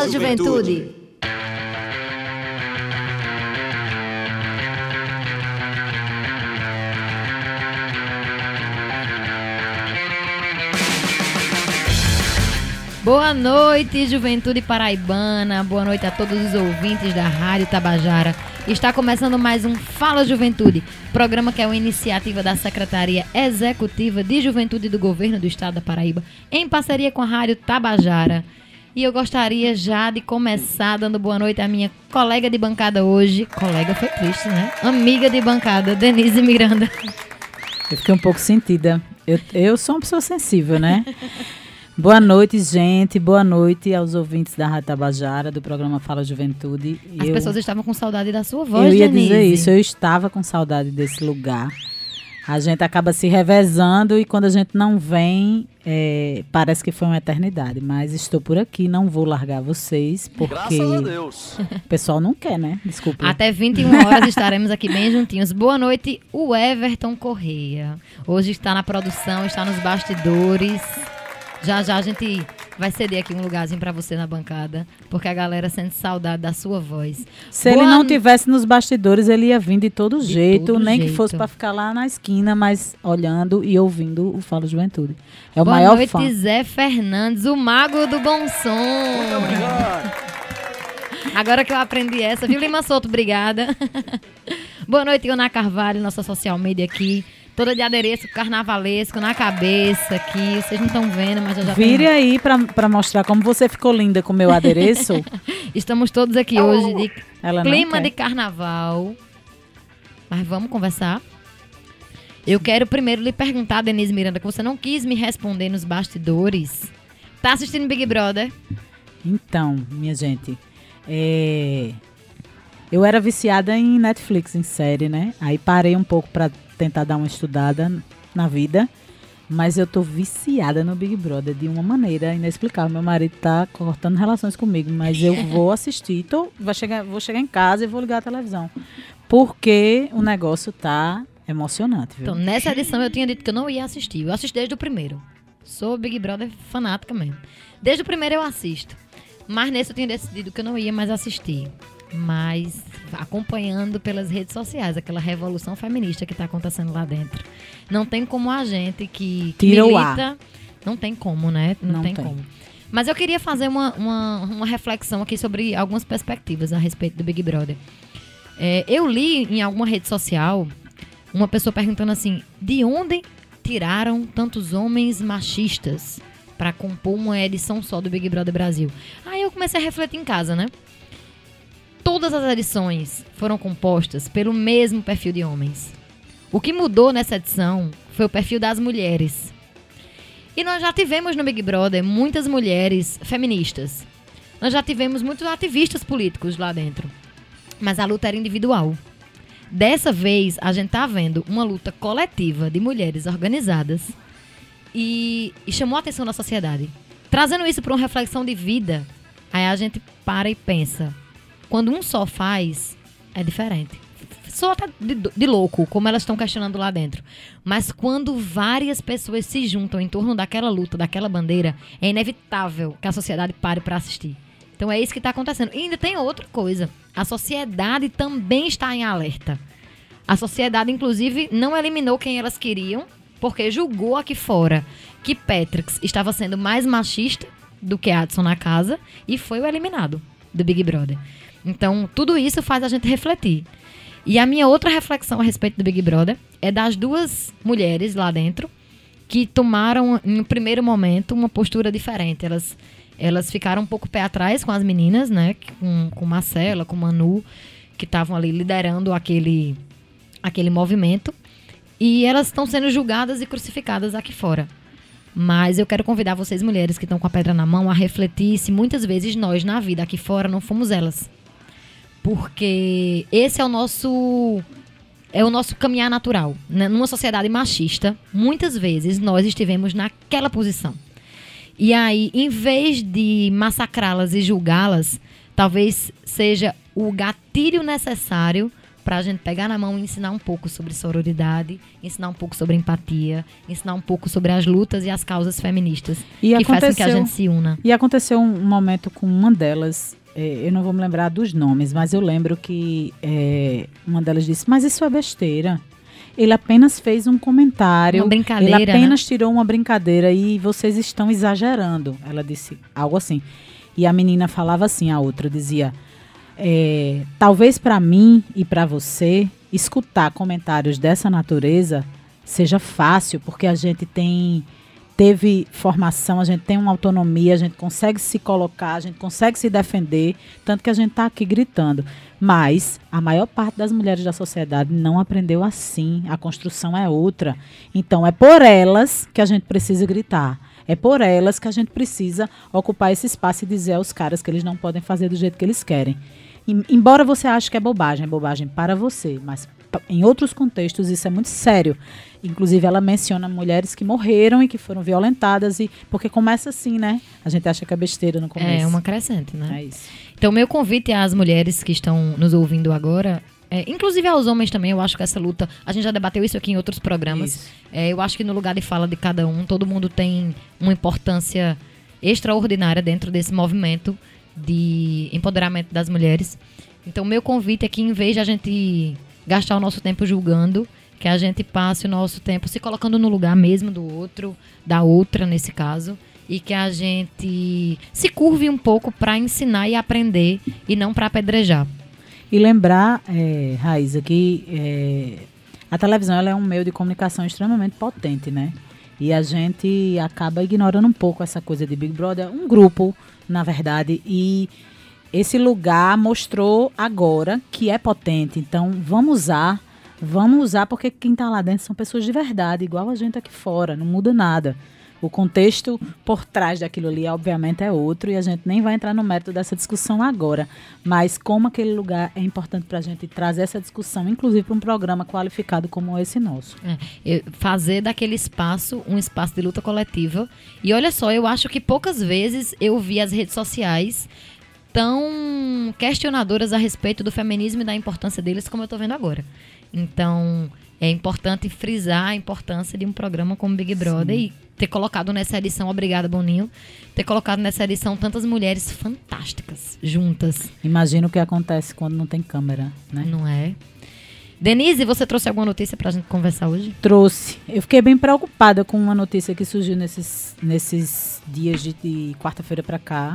Fala Juventude. Boa noite, Juventude Paraibana. Boa noite a todos os ouvintes da Rádio Tabajara. Está começando mais um Fala Juventude, programa que é uma iniciativa da Secretaria Executiva de Juventude do Governo do Estado da Paraíba, em parceria com a Rádio Tabajara. E eu gostaria já de começar dando boa noite à minha colega de bancada hoje. Colega foi triste, né? Amiga de bancada, Denise Miranda. Eu fiquei um pouco sentida. Eu sou uma pessoa sensível, né? Boa noite, gente. Boa noite aos ouvintes da Rádio Tabajara, do programa Fala Juventude. As pessoas estavam com saudade da sua voz, Eu ia Denise. dizer isso, eu estava com saudade desse lugar. A gente acaba se revezando e quando a gente não vem, parece que foi uma eternidade. Mas estou por aqui, não vou largar vocês, porque graças a Deus. O pessoal não quer, né? Desculpa. Até 21 horas estaremos aqui bem juntinhos. Boa noite, o Everton Correia. Hoje está na produção, está nos bastidores. Já a gente vai ceder aqui um lugarzinho pra você na bancada, porque a galera sente saudade da sua voz. Se ele não tivesse nos bastidores, ele ia vir de todo jeito, nem que fosse pra ficar lá na esquina, mas olhando e ouvindo o Fala Juventude. É o maior fã. Boa noite, Zé Fernandes, o mago do bom som. Muito obrigado. Agora que eu aprendi essa, viu, Lima Souto? Obrigada. Boa noite, Ana Carvalho, nossa social media aqui. Toda de adereço carnavalesco na cabeça aqui. Vocês não estão vendo, mas eu já Vire aí pra mostrar como você ficou linda com o meu adereço. Estamos todos aqui hoje de Ela clima de carnaval. Mas vamos conversar? Eu quero primeiro lhe perguntar, Denise Miranda, que você não quis me responder nos bastidores. Tá assistindo Big Brother? Então, minha gente, eu era viciada em Netflix, em série, né? Aí parei um pouco pra tentar dar uma estudada na vida, mas eu tô viciada no Big Brother de uma maneira inexplicável. Meu marido tá cortando relações comigo, mas eu vou assistir. Vou chegar em casa e vou ligar a televisão, porque o negócio tá emocionante, viu? Então, nessa edição eu tinha dito que eu não ia assistir. Eu assisto desde o primeiro. Sou Big Brother fanática mesmo. Desde o primeiro eu assisto. Mas nesse eu tinha decidido que eu não ia mais assistir. Mas acompanhando pelas redes sociais, aquela revolução feminista que está acontecendo lá dentro. Não tem como a gente que milita... Não tem como, né? Não tem como. Mas eu queria fazer uma reflexão aqui sobre algumas perspectivas a respeito do Big Brother. Eu li em alguma rede social uma pessoa perguntando assim, de onde tiraram tantos homens machistas para compor uma edição só do Big Brother Brasil? Aí eu comecei a refletir em casa, né? Todas as edições foram compostas pelo mesmo perfil de homens. O que mudou nessa edição foi o perfil das mulheres. E nós já tivemos no Big Brother muitas mulheres feministas. Nós já tivemos muitos ativistas políticos lá dentro. Mas a luta era individual. Dessa vez, a gente tá vendo uma luta coletiva de mulheres organizadas e chamou a atenção da sociedade. Trazendo isso para uma reflexão de vida, aí a gente para e pensa... Quando um só faz, é diferente. Só até de louco, como elas estão questionando lá dentro. Mas quando várias pessoas se juntam em torno daquela luta, daquela bandeira, é inevitável que a sociedade pare para assistir. Então é isso que está acontecendo. E ainda tem outra coisa. A sociedade também está em alerta. A sociedade, inclusive, não eliminou quem elas queriam, porque julgou aqui fora que Patrick estava sendo mais machista do que Adson na casa e foi o eliminado do Big Brother. Então, tudo isso faz a gente refletir. E a minha outra reflexão a respeito do Big Brother é das duas mulheres lá dentro que tomaram, em um primeiro momento, uma postura diferente. Elas ficaram um pouco pé atrás com as meninas, né? Com Marcela, com Manu, que estavam ali liderando aquele movimento. E elas estão sendo julgadas e crucificadas aqui fora. Mas eu quero convidar vocês, mulheres que estão com a pedra na mão, a refletir se muitas vezes nós, na vida aqui fora, não fomos elas. Porque esse é o nosso caminhar natural. Numa sociedade machista, muitas vezes nós estivemos naquela posição. E aí, em vez de massacrá-las e julgá-las, talvez seja o gatilho necessário pra gente pegar na mão e ensinar um pouco sobre sororidade, ensinar um pouco sobre empatia, ensinar um pouco sobre as lutas e as causas feministas que fazem com que a gente se una. E aconteceu um momento com uma delas, eu não vou me lembrar dos nomes, mas eu lembro que uma delas disse, mas isso é besteira. Ele apenas fez um comentário. Uma brincadeira, ele apenas tirou uma brincadeira e vocês estão exagerando. Ela disse algo assim. E a menina falava assim, a outra dizia, talvez para mim e para você, escutar comentários dessa natureza seja fácil, porque a gente teve formação, a gente tem uma autonomia, a gente consegue se colocar, a gente consegue se defender, tanto que a gente está aqui gritando. Mas a maior parte das mulheres da sociedade não aprendeu assim, a construção é outra. Então é por elas que a gente precisa gritar, é por elas que a gente precisa ocupar esse espaço e dizer aos caras que eles não podem fazer do jeito que eles querem. Embora você ache que é bobagem para você, mas em outros contextos isso é muito sério. Inclusive ela menciona mulheres que morreram e que foram violentadas, porque começa assim, né? A gente acha que é besteira no começo. É uma crescente, né? É isso. Então meu convite às mulheres que estão nos ouvindo agora, inclusive aos homens também, eu acho que essa luta, a gente já debateu isso aqui em outros programas, eu acho que no lugar de fala de cada um, todo mundo tem uma importância extraordinária dentro desse movimento de empoderamento das mulheres. Então meu convite é que em vez de a gente gastar o nosso tempo julgando, que a gente passe o nosso tempo se colocando no lugar mesmo do outro, da outra nesse caso, e que a gente se curve um pouco para ensinar e aprender e não para apedrejar. E lembrar, Raíza, que a televisão ela é um meio de comunicação extremamente potente, né? E a gente acaba ignorando um pouco essa coisa de Big Brother, um grupo, na verdade, e esse lugar mostrou agora que é potente. Então, vamos usar porque quem está lá dentro são pessoas de verdade, igual a gente aqui fora, não muda nada. O contexto por trás daquilo ali, obviamente, é outro e a gente nem vai entrar no mérito dessa discussão agora. Mas como aquele lugar é importante para a gente trazer essa discussão, inclusive para um programa qualificado como esse nosso. Fazer daquele espaço um espaço de luta coletiva. E olha só, eu acho que poucas vezes eu vi as redes sociais tão questionadoras a respeito do feminismo e da importância deles como eu estou vendo agora. Então, é importante frisar a importância de um programa como Big Brother. Sim. E ter colocado nessa edição, obrigada Boninho, ter colocado nessa edição tantas mulheres fantásticas juntas. Imagina o que acontece quando não tem câmera, né? Não é? Denise, você trouxe alguma notícia pra gente conversar hoje? Trouxe. Eu fiquei bem preocupada com uma notícia que surgiu nesses dias de quarta-feira pra cá.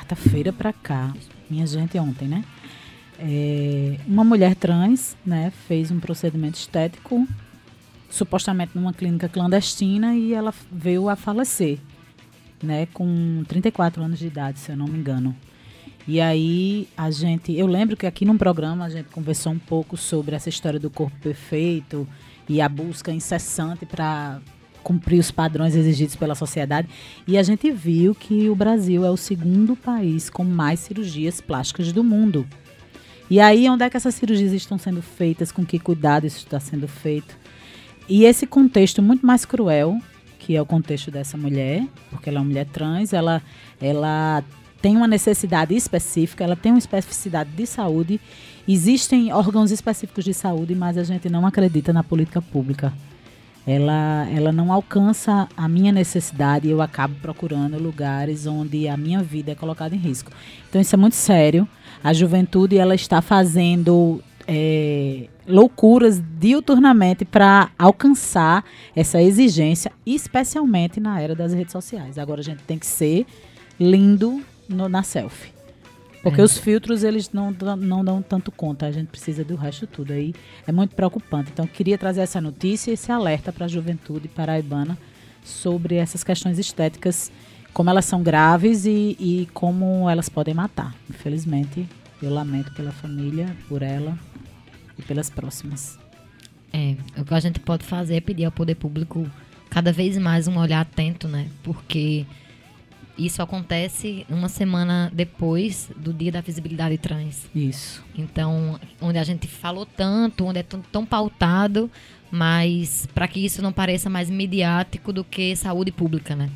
Minha gente, ontem, né? Uma mulher trans, né, fez um procedimento estético, supostamente numa clínica clandestina, e ela veio a falecer, né, com 34 anos de idade, se eu não me engano. E aí eu lembro que aqui num programa a gente conversou um pouco sobre essa história do corpo perfeito e a busca incessante para cumprir os padrões exigidos pela sociedade, e a gente viu que o Brasil é o segundo país com mais cirurgias plásticas do mundo. E aí, onde é que essas cirurgias estão sendo feitas, com que cuidado isso está sendo feito? E esse contexto muito mais cruel, que é o contexto dessa mulher, porque ela é uma mulher trans, ela tem uma necessidade específica, ela tem uma especificidade de saúde, existem órgãos específicos de saúde, mas a gente não acredita na política pública. Ela não alcança a minha necessidade e eu acabo procurando lugares onde a minha vida é colocada em risco. Então isso é muito sério. A juventude ela está fazendo loucuras diuturnamente para alcançar essa exigência, especialmente na era das redes sociais. Agora a gente tem que ser lindo na selfie. Porque os filtros, eles não dão tanto conta. A gente precisa do resto tudo. Aí é muito preocupante. Então, eu queria trazer essa notícia e esse alerta para a juventude paraibana sobre essas questões estéticas, como elas são graves e como elas podem matar. Infelizmente, eu lamento pela família, por ela e pelas próximas. O que a gente pode fazer é pedir ao poder público cada vez mais um olhar atento, né? Porque isso acontece uma semana depois do Dia da Visibilidade Trans. Isso. Então, onde a gente falou tanto, onde é tão pautado, mas para que isso não pareça mais midiático do que saúde pública, né?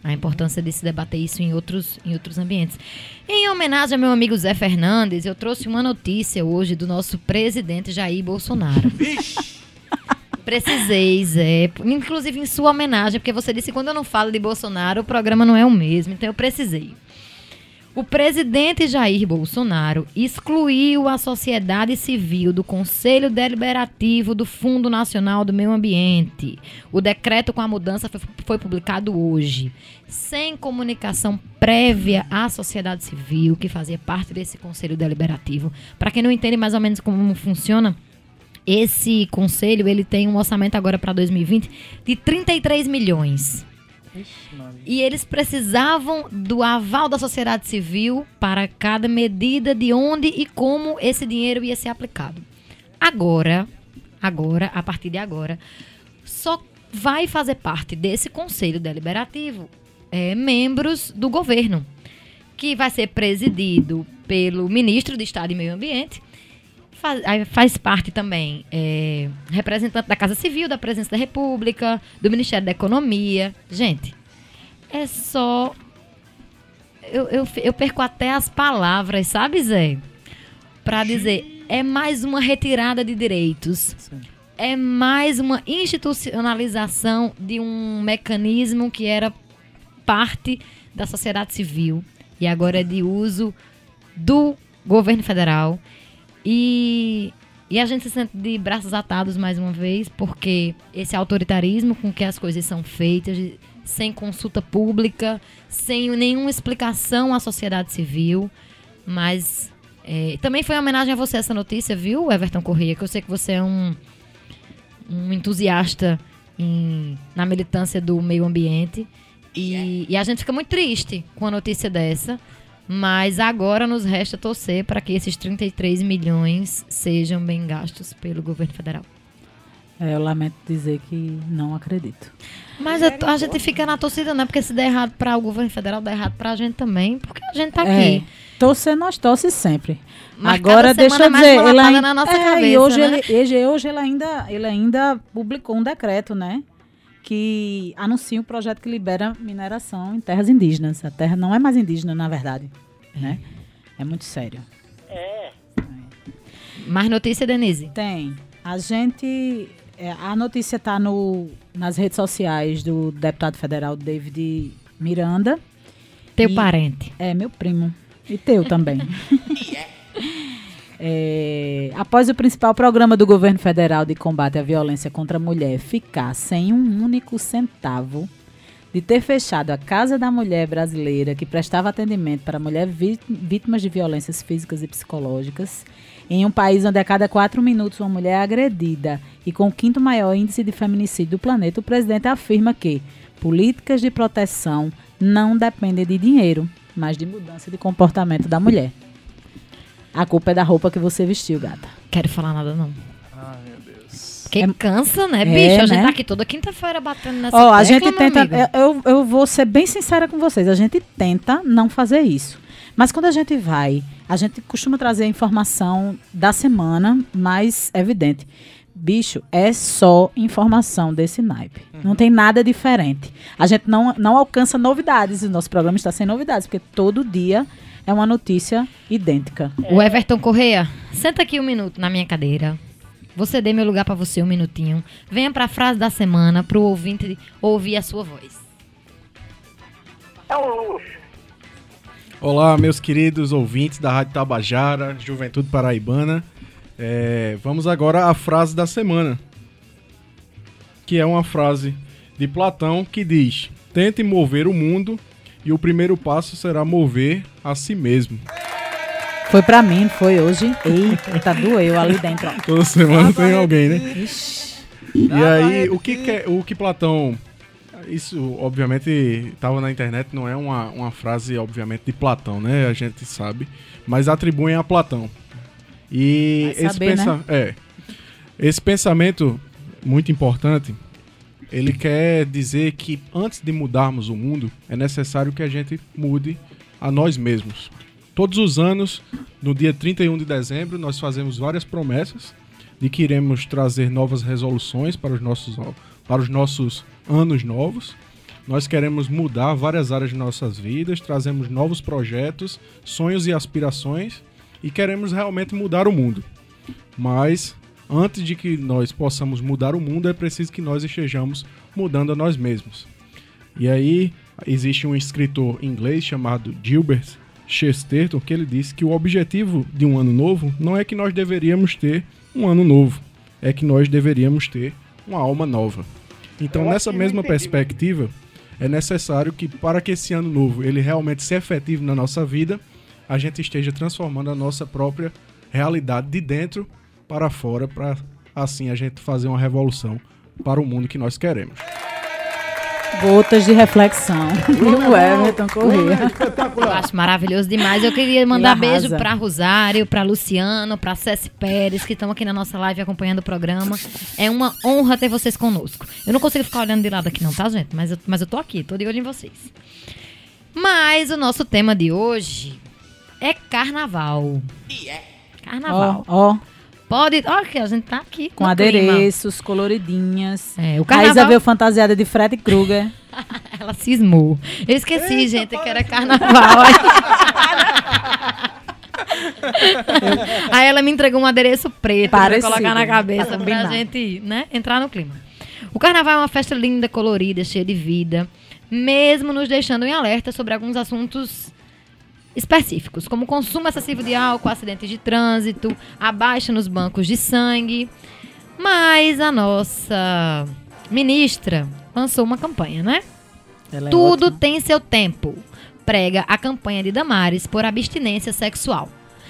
A importância de se debater isso em outros ambientes. Em homenagem ao meu amigo Zé Fernandes, eu trouxe uma notícia hoje do nosso presidente Jair Bolsonaro. Precisei, Zé, inclusive em sua homenagem, porque você disse que quando eu não falo de Bolsonaro, o programa não é o mesmo, então eu precisei. O presidente Jair Bolsonaro excluiu a sociedade civil do Conselho Deliberativo do Fundo Nacional do Meio Ambiente. O decreto com a mudança foi publicado hoje, sem comunicação prévia à sociedade civil, que fazia parte desse Conselho Deliberativo. Para quem não entende mais ou menos como funciona, esse conselho ele tem um orçamento agora para 2020 de 33 milhões. E eles precisavam do aval da sociedade civil para cada medida de onde e como esse dinheiro ia ser aplicado. Agora, a partir de agora, só vai fazer parte desse Conselho Deliberativo membros do governo, que vai ser presidido pelo ministro de Estado e Meio Ambiente. Faz parte também representante da Casa Civil, da Presidência da República, do Ministério da Economia. Gente, é só... Eu perco até as palavras, sabe, Zé? Para dizer, é mais uma retirada de direitos. Sim. É mais uma institucionalização de um mecanismo que era parte da sociedade civil e agora é de uso do governo federal. E a gente se sente de braços atados mais uma vez, porque esse autoritarismo com que as coisas são feitas, sem consulta pública, sem nenhuma explicação à sociedade civil. Mas também foi uma homenagem a você essa notícia, viu, Everton Corrêa? Que eu sei que você é um entusiasta na militância do meio ambiente. E a gente fica muito triste com a notícia dessa. Mas agora nos resta torcer para que esses 33 milhões sejam bem gastos pelo governo federal. Eu lamento dizer que não acredito. Mas a gente fica na torcida, né? Porque se der errado para o governo federal, dá errado para a gente também, porque a gente tá aqui. Torcer, nós torce sempre. Mas agora, deixa eu dizer, ele ainda na nossa cabeça, e hoje, né? hoje ele ainda publicou um decreto, né? Que anuncia um projeto que libera mineração em terras indígenas. A terra não é mais indígena, na verdade. Né? É muito sério. Mais notícia, Denise? Tem. A notícia está nas redes sociais do deputado federal David Miranda. Teu parente. É, meu primo. E teu também. Após o principal programa do governo federal de combate à violência contra a mulher ficar sem um único centavo, de ter fechado a Casa da Mulher Brasileira, que prestava atendimento para mulheres vítimas de violências físicas e psicológicas, em um país onde a cada 4 minutos uma mulher é agredida e com o 5º maior índice de feminicídio do planeta, o presidente afirma que políticas de proteção não dependem de dinheiro, mas de mudança de comportamento da mulher. A culpa é da roupa que você vestiu, gata. Quero falar nada, não. Ai, meu Deus. Porque cansa, né, bicho? A gente né? tá aqui toda quinta-feira batendo nessa tecla, a gente tenta... amigo. Eu vou ser bem sincera com vocês. A gente tenta não fazer isso. Mas quando a gente vai, a gente costuma trazer a informação da semana mais evidente. Bicho, é só informação desse naipe. Não tem nada diferente. A gente não alcança novidades. O nosso programa está sem novidades, porque todo dia é uma notícia idêntica. O Everton Corrêa, senta aqui um minuto na minha cadeira. Vou ceder meu lugar para você um minutinho. Venha para a frase da semana, para o ouvinte ouvir a sua voz. É um luxo. Olá, meus queridos ouvintes da Rádio Tabajara, Juventude Paraibana. Vamos agora à frase da semana, que é uma frase de Platão que diz: tente mover o mundo e o primeiro passo será mover a si mesmo. Foi pra mim, foi hoje. Eita, doeu ali dentro. Ó. Toda semana tem alguém, né? E aí, o que Platão... Isso, obviamente, estava na internet, não é uma frase, obviamente, de Platão, né? A gente sabe. Mas atribuem a Platão. E esse pensamento muito importante, ele quer dizer que antes de mudarmos o mundo, é necessário que a gente mude a nós mesmos. Todos os anos, no dia 31 de dezembro, nós fazemos várias promessas de que iremos trazer novas resoluções para os nossos anos novos. Nós queremos mudar várias áreas de nossas vidas, trazemos novos projetos, sonhos e aspirações e queremos realmente mudar o mundo. Mas antes de que nós possamos mudar o mundo, é preciso que nós estejamos mudando a nós mesmos. E aí existe um escritor inglês chamado Gilbert Chesterton que ele disse que o objetivo de um ano novo não é que nós deveríamos ter um ano novo, é que nós deveríamos ter uma alma nova. Então, nessa mesma perspectiva, é necessário que, para que esse ano novo ele realmente se efetive na nossa vida, a gente esteja transformando a nossa própria realidade de dentro para fora, para assim a gente fazer uma revolução para o mundo que nós queremos. Gotas de reflexão. E o Everton Corrêa. Eu acho maravilhoso demais. Eu queria mandar Ele arrasa. beijo pra Rosário, pra Luciano, pra Ceci Pérez, que estão aqui na nossa live acompanhando o programa. É uma honra ter vocês conosco. Eu não consigo ficar olhando de lado aqui não, tá, gente? Mas eu tô aqui, tô de olho em vocês. Mas o nosso tema de hoje é carnaval. Carnaval. Ó, Pode... Olha que a gente tá aqui com no adereços, coloridinhas. clima. É, o A carnaval... Isa veio fantasiada de Freddy Krueger. Ela cismou. Eu esqueci, gente, que era carnaval. Aí ela me entregou um adereço preto Parecido, pra colocar na pra cabeça pra combinar. gente, né, entrar no clima. O carnaval é uma festa linda, colorida, cheia de vida, mesmo nos deixando em alerta sobre alguns assuntos específicos, como o consumo excessivo de álcool, acidentes de trânsito, a baixa nos bancos de sangue. Mas a nossa ministra lançou uma campanha, né? Ela é Tudo ótima. tem seu tempo. Prega a campanha de Damares por abstinência sexual.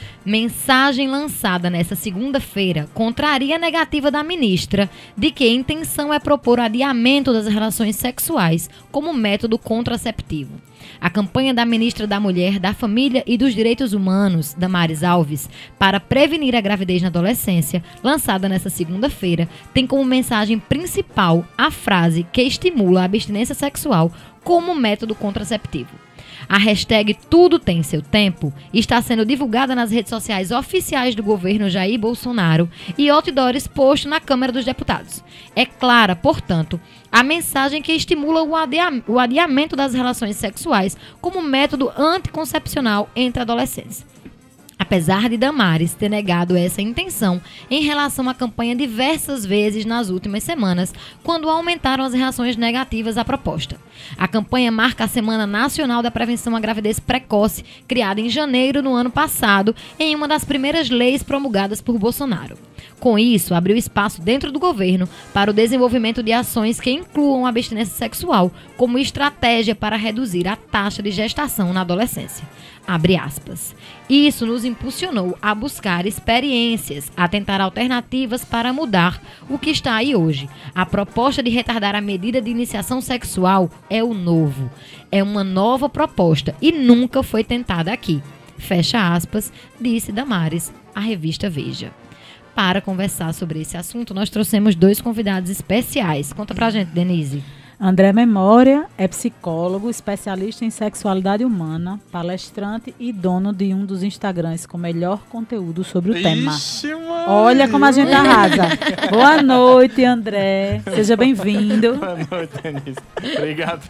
Mensagem lançada nesta segunda-feira contraria a negativa da ministra de que a intenção é propor o adiamento das relações sexuais como método contraceptivo. A campanha da ministra da Mulher, da Família e dos Direitos Humanos, Damares Alves, para prevenir a gravidez na adolescência, lançada nesta segunda-feira, tem como mensagem principal a frase que estimula a abstinência sexual como método contraceptivo. A hashtag Tudo Tem Seu Tempo está sendo divulgada nas redes sociais oficiais do governo Jair Bolsonaro e outdoors posto na Câmara dos Deputados. É clara, portanto, a mensagem que estimula o adiamento das relações sexuais como método anticoncepcional entre adolescentes. Apesar de Damares ter negado essa intenção em relação à campanha diversas vezes nas últimas semanas, quando aumentaram as reações negativas à proposta. A campanha marca a Semana Nacional da Prevenção à Gravidez Precoce, criada em janeiro do ano passado, em uma das primeiras leis promulgadas por Bolsonaro. Com isso, abriu espaço dentro do governo para o desenvolvimento de ações que incluam a abstinência sexual como estratégia para reduzir a taxa de gestação na adolescência. Abre aspas. Isso nos impulsionou a buscar experiências, a tentar alternativas para mudar o que está aí hoje. A proposta de retardar a medida de iniciação sexual é o novo. É uma nova proposta e nunca foi tentada aqui. Fecha aspas, disse Damares à revista Veja. Para conversar sobre esse assunto, nós trouxemos 2 convidados especiais. Conta pra gente, Denise. André Memória é psicólogo, especialista em sexualidade humana, palestrante e dono de um dos Instagrams com melhor conteúdo sobre o tema. Ixi, mano. Olha como a gente arrasa. Boa noite, André. Seja bem-vindo. Boa noite, Denise. Obrigado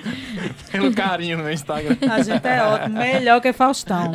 pelo carinho no meu Instagram. A gente é ótimo, melhor que Faustão.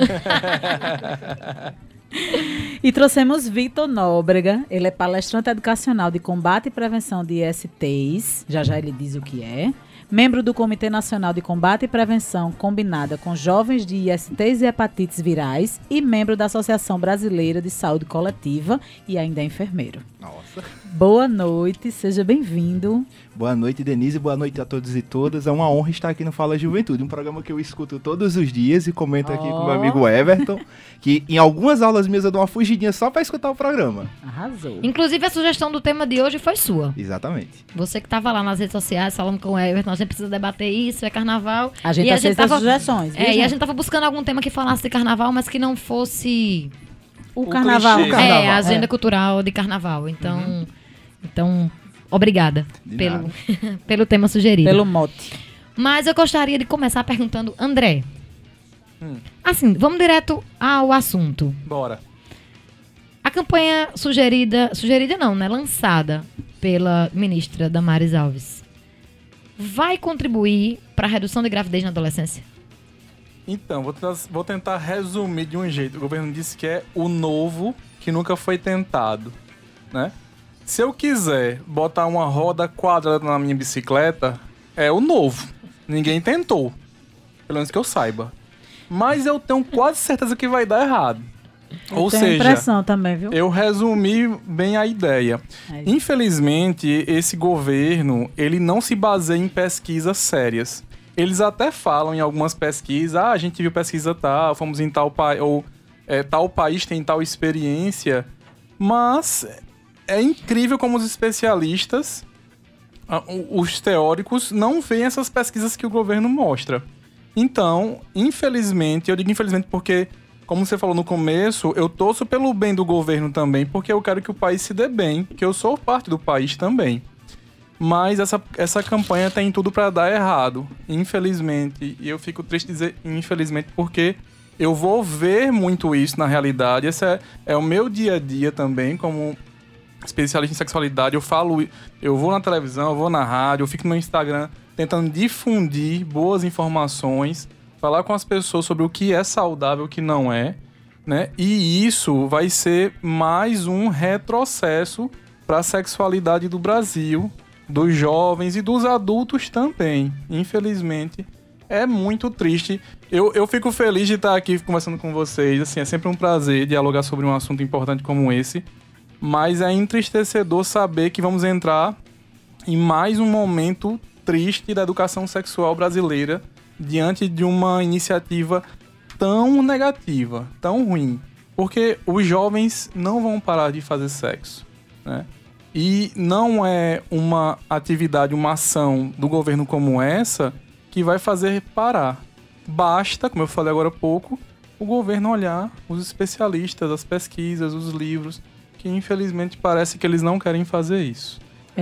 E trouxemos Vitor Nóbrega, ele é palestrante educacional de combate e prevenção de ISTs, já ele diz o que é, membro do Comitê Nacional de Combate e Prevenção combinada com jovens de ISTs e hepatites virais e membro da Associação Brasileira de Saúde Coletiva e ainda é enfermeiro. Nossa. Boa noite, seja bem-vindo. Boa noite, Denise. Boa noite a todos e todas. É uma honra estar aqui no Fala Juventude, um programa que eu escuto todos os dias e comento aqui com o meu amigo Everton, que em algumas aulas minhas eu dou uma fugidinha só para escutar o programa. Arrasou. Inclusive, a sugestão do tema de hoje foi sua. Exatamente. Você que estava lá nas redes sociais falando com o Everton, a gente precisa debater isso, é carnaval. A gente E aceita as sugestões. viu, E a gente? gente tava buscando algum tema que falasse de carnaval, mas que não fosse O carnaval. clichê. o carnaval. a agenda cultural de carnaval. Então, obrigada De pelo, pelo tema sugerido. Pelo mote. Mas eu gostaria de começar perguntando, André, assim, vamos direto ao assunto. Bora. A campanha sugerida não, né? Lançada pela ministra Damares Alves. vai contribuir para a redução de gravidez na adolescência? Então, vou tentar resumir de um jeito. O governo disse que é o novo que nunca foi tentado, né? Se eu quiser botar uma roda quadrada na minha bicicleta, é o novo. Ninguém tentou. Pelo menos que eu saiba. Mas eu tenho quase certeza que vai dar errado. Ou Tenho seja, impressão também, viu? eu resumi bem a ideia. É. Infelizmente, esse governo, ele não se baseia em pesquisas sérias. Eles até falam em algumas pesquisas, a gente viu pesquisa tal, fomos em tal país, ou tal país tem tal experiência, mas é incrível como os especialistas, os teóricos, não veem essas pesquisas que o governo mostra. Então, infelizmente, eu digo infelizmente porque, como você falou no começo, eu torço pelo bem do governo também, porque eu quero que o país se dê bem, que eu sou parte do país também. Mas essa campanha tem tudo pra dar errado, infelizmente. E eu fico triste de dizer infelizmente, porque eu vou ver muito isso na realidade. Esse é o meu dia a dia também, como especialista em sexualidade. Eu vou na televisão, eu vou na rádio, eu fico no Instagram tentando difundir boas informações, falar com as pessoas sobre o que é saudável e o que não é, né? E isso vai ser mais um retrocesso para a sexualidade do Brasil, dos jovens e dos adultos também. Infelizmente, é muito triste. Eu fico feliz de estar aqui conversando com vocês. Assim, é sempre um prazer dialogar sobre um assunto importante como esse. Mas é entristecedor saber que vamos entrar em mais um momento triste da educação sexual brasileira diante de uma iniciativa tão negativa, tão ruim. Porque os jovens não vão parar de fazer sexo, né? E não é uma atividade, uma ação do governo como essa que vai fazer parar. Basta, como eu falei agora há pouco, o governo olhar os especialistas, as pesquisas, os livros, que infelizmente parece que eles não querem fazer isso.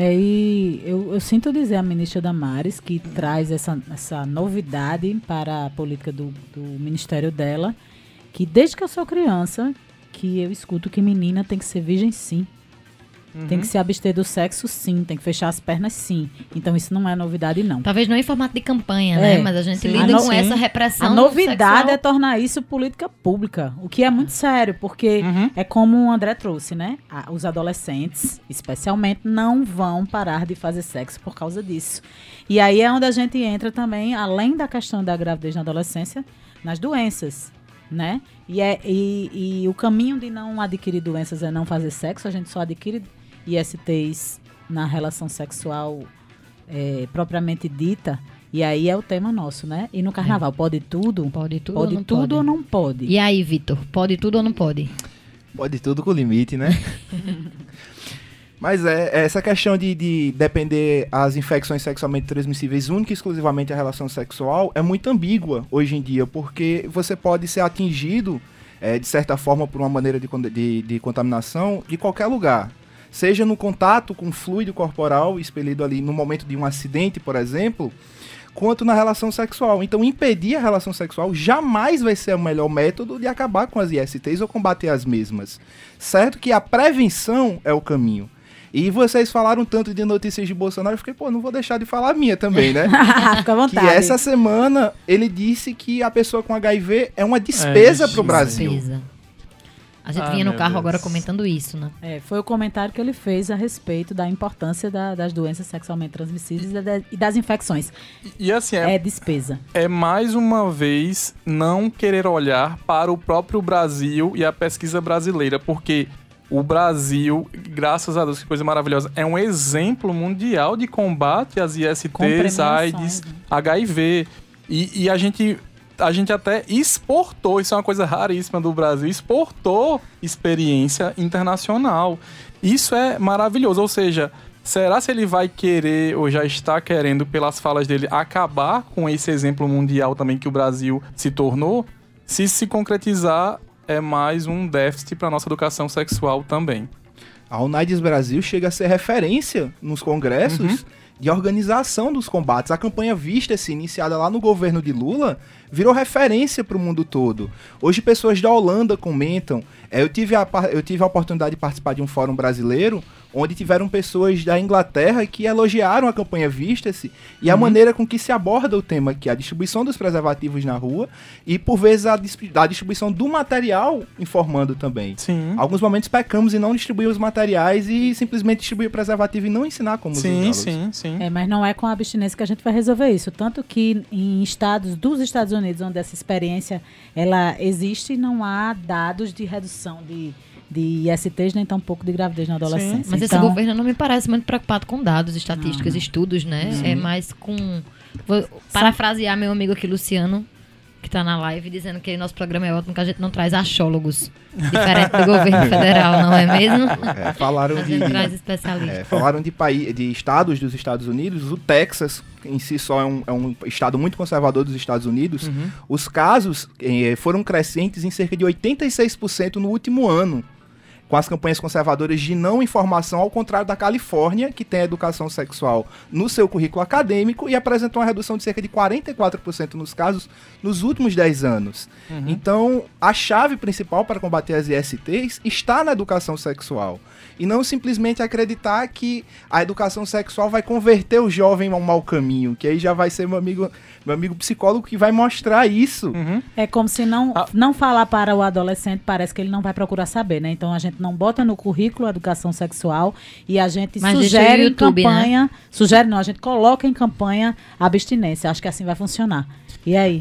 E eu sinto dizer à ministra Damares que traz essa novidade para a política do ministério dela, que desde que eu sou criança, que eu escuto que menina tem que ser virgem sim. Tem que se abster do sexo, sim. Tem que fechar as pernas, sim. Então, isso não é novidade, não. Talvez não em formato de campanha, né? Mas a gente lida com essa repressão. A novidade sexual. é tornar isso política pública, o que é muito sério, porque é como o André trouxe, né? Os adolescentes, especialmente, não vão parar de fazer sexo por causa disso. E aí é onde a gente entra também, além da questão da gravidez na adolescência, nas doenças, né? E o caminho de não adquirir doenças é não fazer sexo, a gente só adquire ISTs na relação sexual propriamente dita, e aí é o tema nosso, né? E no carnaval, pode tudo? Pode tudo, pode tudo ou não pode? E aí, Vitor, pode tudo ou não pode? Pode tudo com limite, né? Mas essa questão de depender as infecções sexualmente transmissíveis única e exclusivamente a relação sexual é muito ambígua hoje em dia, porque você pode ser atingido, de certa forma, por uma maneira de contaminação de qualquer lugar. Seja no contato com fluido corporal expelido ali no momento de um acidente, por exemplo, quanto na relação sexual. Então, impedir a relação sexual jamais vai ser o melhor método de acabar com as ISTs ou combater as mesmas. Certo que a prevenção é o caminho. E vocês falaram tanto de notícias de Bolsonaro, eu fiquei, não vou deixar de falar a minha também, né? Fica à vontade. Que essa semana ele disse que a pessoa com HIV é uma despesa para o Brasil. Despesa. A gente vinha no carro agora comentando isso, né? Foi o comentário que ele fez a respeito da importância das doenças sexualmente transmissíveis e das infecções. E assim, é despesa. É mais uma vez não querer olhar para o próprio Brasil e a pesquisa brasileira, porque o Brasil, graças a Deus, que coisa maravilhosa, é um exemplo mundial de combate às ISTs, AIDS, HIV. E a gente até exportou, isso é uma coisa raríssima do Brasil, exportou experiência internacional. Isso é maravilhoso, ou seja, será se ele vai querer, ou já está querendo, pelas falas dele, acabar com esse exemplo mundial também que o Brasil se tornou? Se concretizar, é mais um déficit para a nossa educação sexual também. A UNAIDS Brasil chega a ser referência nos congressos de organização dos combates. A campanha Vista-se, iniciada lá no governo de Lula, virou referência para o mundo todo. Hoje pessoas da Holanda comentam. Eu tive a oportunidade de participar de um fórum brasileiro, onde tiveram pessoas da Inglaterra que elogiaram a campanha Vista-se e a maneira com que se aborda o tema, que é a distribuição dos preservativos na rua e, por vezes, a distribuição do material informando também. Sim. Alguns momentos pecamos em não distribuir os materiais e simplesmente distribuir o preservativo e não ensinar como usá-los. Sim. Mas não é com a abstinência que a gente vai resolver isso. Tanto que em estados dos Estados Unidos, onde essa experiência ela existe, não há dados de redução de ISTs, nem tampouco de gravidez na adolescência. Mas esse governo não me parece muito preocupado com dados, estatísticas, estudos, né? Sim. É mais com... Vou parafrasear meu amigo aqui, Luciano, que tá na live, dizendo que nosso programa é ótimo, que a gente não traz achólogos, diferente do governo federal, não é mesmo? Falaram a gente traz especialistas. Falaram de estados dos Estados Unidos. O Texas, em si só, é um estado muito conservador dos Estados Unidos. Os casos foram crescentes em cerca de 86% no último ano, com as campanhas conservadoras de não informação, ao contrário da Califórnia, que tem a educação sexual no seu currículo acadêmico e apresentou uma redução de cerca de 44% nos casos nos últimos 10 anos. Então, a chave principal para combater as ISTs está na educação sexual. E não simplesmente acreditar que a educação sexual vai converter o jovem a um mau caminho, que aí já vai ser meu amigo psicólogo que vai mostrar isso. É como se não falar para o adolescente, parece que ele não vai procurar saber, né? Então a gente não bota no currículo a educação sexual e a gente sugere em YouTube, campanha, né? Sugere não, a gente coloca em campanha a abstinência. Acho que assim vai funcionar. E aí?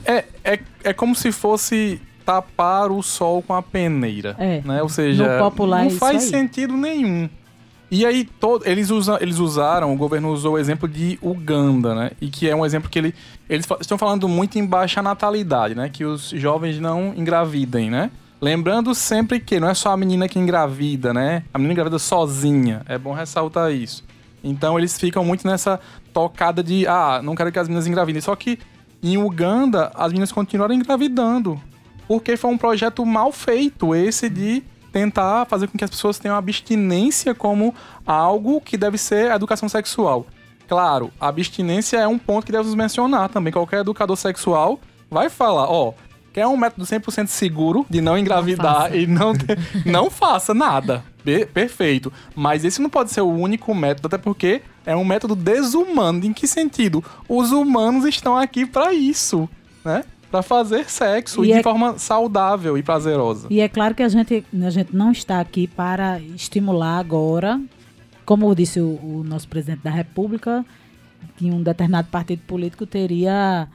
É como se fosse tapar o sol com a peneira, né? Ou seja, no popular não é faz isso aí. sentido nenhum. E aí, eles usaram, o governo usou o exemplo de Uganda, né? E que é um exemplo que eles estão falando muito em baixa natalidade, né? Que os jovens não engravidem, né? Lembrando sempre que não é só a menina que engravida, né? A menina engravida sozinha. É bom ressaltar isso. Então, eles ficam muito nessa tocada de, não quero que as meninas engravidem. Só que em Uganda, as meninas continuaram engravidando. Porque foi um projeto mal feito, esse de tentar fazer com que as pessoas tenham abstinência como algo que deve ser a educação sexual. Claro, a abstinência é um ponto que devemos mencionar também. Qualquer educador sexual vai falar, quer um método 100% seguro de não engravidar e não faça nada. Perfeito. Mas esse não pode ser o único método, até porque é um método desumano. Em que sentido? Os humanos estão aqui para isso, né? Para fazer sexo de forma saudável e prazerosa. E é claro que a gente não está aqui para estimular agora, como disse o nosso presidente da República, que um determinado partido político teria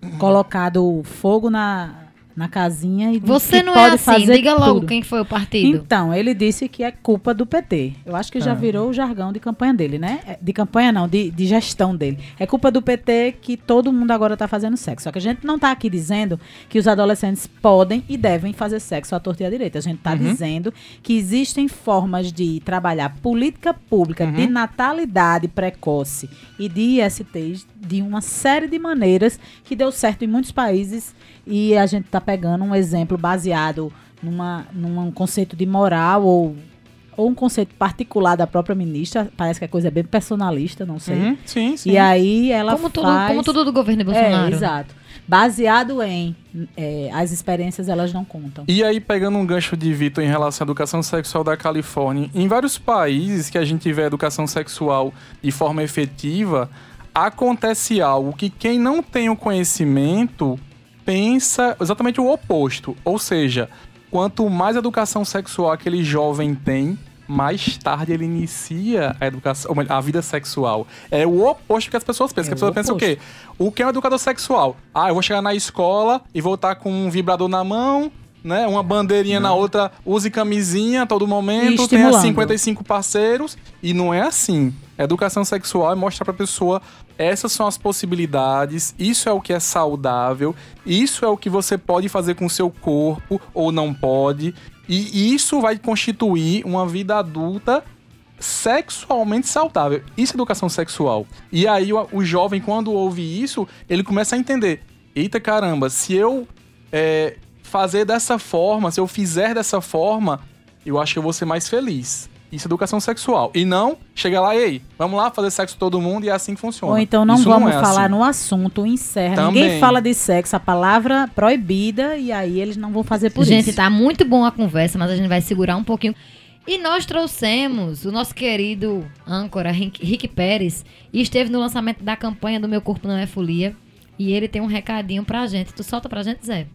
colocado fogo na casinha e você não pode é assim, fazer diga logo tudo. Quem foi o partido. Então, ele disse que é culpa do PT. Eu acho que já virou o jargão de campanha dele, né? De campanha não, de gestão dele. É culpa do PT que todo mundo agora está fazendo sexo. Só que a gente não está aqui dizendo que os adolescentes podem e devem fazer sexo à torta e à direita. A gente está dizendo que existem formas de trabalhar política pública de natalidade precoce e de ISTs de uma série de maneiras que deu certo em muitos países. E a gente está pegando um exemplo baseado num conceito de moral ou um conceito particular da própria ministra. Parece que a coisa é bem personalista, não sei. Sim. E aí ela como tudo do governo de Bolsonaro. Exato. Baseado em as experiências, elas não contam. E aí, pegando um gancho de Vitor em relação à educação sexual da Califórnia, em vários países que a gente vê a educação sexual de forma efetiva, acontece algo que quem não tem o conhecimento pensa exatamente o oposto. Ou seja, quanto mais educação sexual aquele jovem tem, mais tarde ele inicia a vida sexual. É o oposto que as pessoas pensam. As pessoas pensam o quê? O que é um educador sexual? Eu vou chegar na escola e vou estar com um vibrador na mão, né? Uma bandeirinha na outra, use camisinha a todo momento, tenha 55 parceiros. E não é assim. A educação sexual é mostrar pra pessoa essas são as possibilidades, isso é o que é saudável, isso é o que você pode fazer com o seu corpo ou não pode. E isso vai constituir uma vida adulta sexualmente saudável. Isso é educação sexual. E aí o jovem, quando ouve isso, ele começa a entender. Eita caramba, se eu fazer dessa forma, se eu fizer dessa forma, eu acho que eu vou ser mais feliz. Isso é educação sexual. E não chega lá, ei, vamos lá fazer sexo todo mundo e é assim que funciona. Ou então não Isso vamos é falar assim. no assunto, encerra. Também. Ninguém fala de sexo, a palavra proibida, e aí eles não vão fazer por Gente, isso. tá muito bom a conversa, mas a gente vai segurar um pouquinho. E nós trouxemos o nosso querido âncora, Rick Pérez, e esteve no lançamento da campanha do Meu Corpo Não É Folia. E ele tem um recadinho pra gente. Tu solta pra gente, Zé?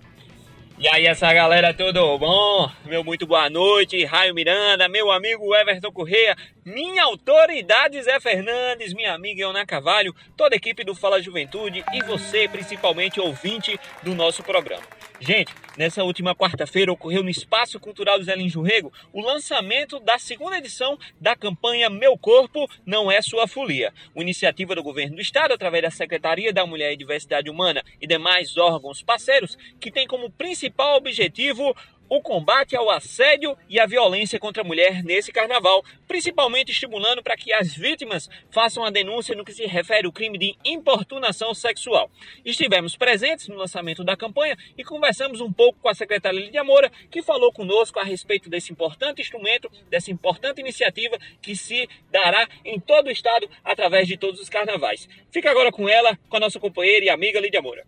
E aí, essa galera, tudo bom? Meu muito boa noite, Raio Miranda, meu amigo Everton Corrêa, minha autoridade Zé Fernandes, minha amiga Iona Carvalho, toda a equipe do Fala Juventude e você, principalmente ouvinte do nosso programa. Gente, nessa última quarta-feira ocorreu no Espaço Cultural do Zé Lins do Rego o lançamento da segunda edição da campanha Meu Corpo Não É Sua Folia. Uma iniciativa do Governo do Estado, através da Secretaria da Mulher e Diversidade Humana e demais órgãos parceiros, que tem como principal objetivo o combate ao assédio e à violência contra a mulher nesse carnaval, principalmente estimulando para que as vítimas façam a denúncia no que se refere ao crime de importunação sexual. Estivemos presentes no lançamento da campanha e conversamos um pouco com a secretária Lídia Moura, que falou conosco a respeito desse importante instrumento, dessa importante iniciativa que se dará em todo o estado através de todos os carnavais. Fica agora com ela, com a nossa companheira e amiga Lídia Moura.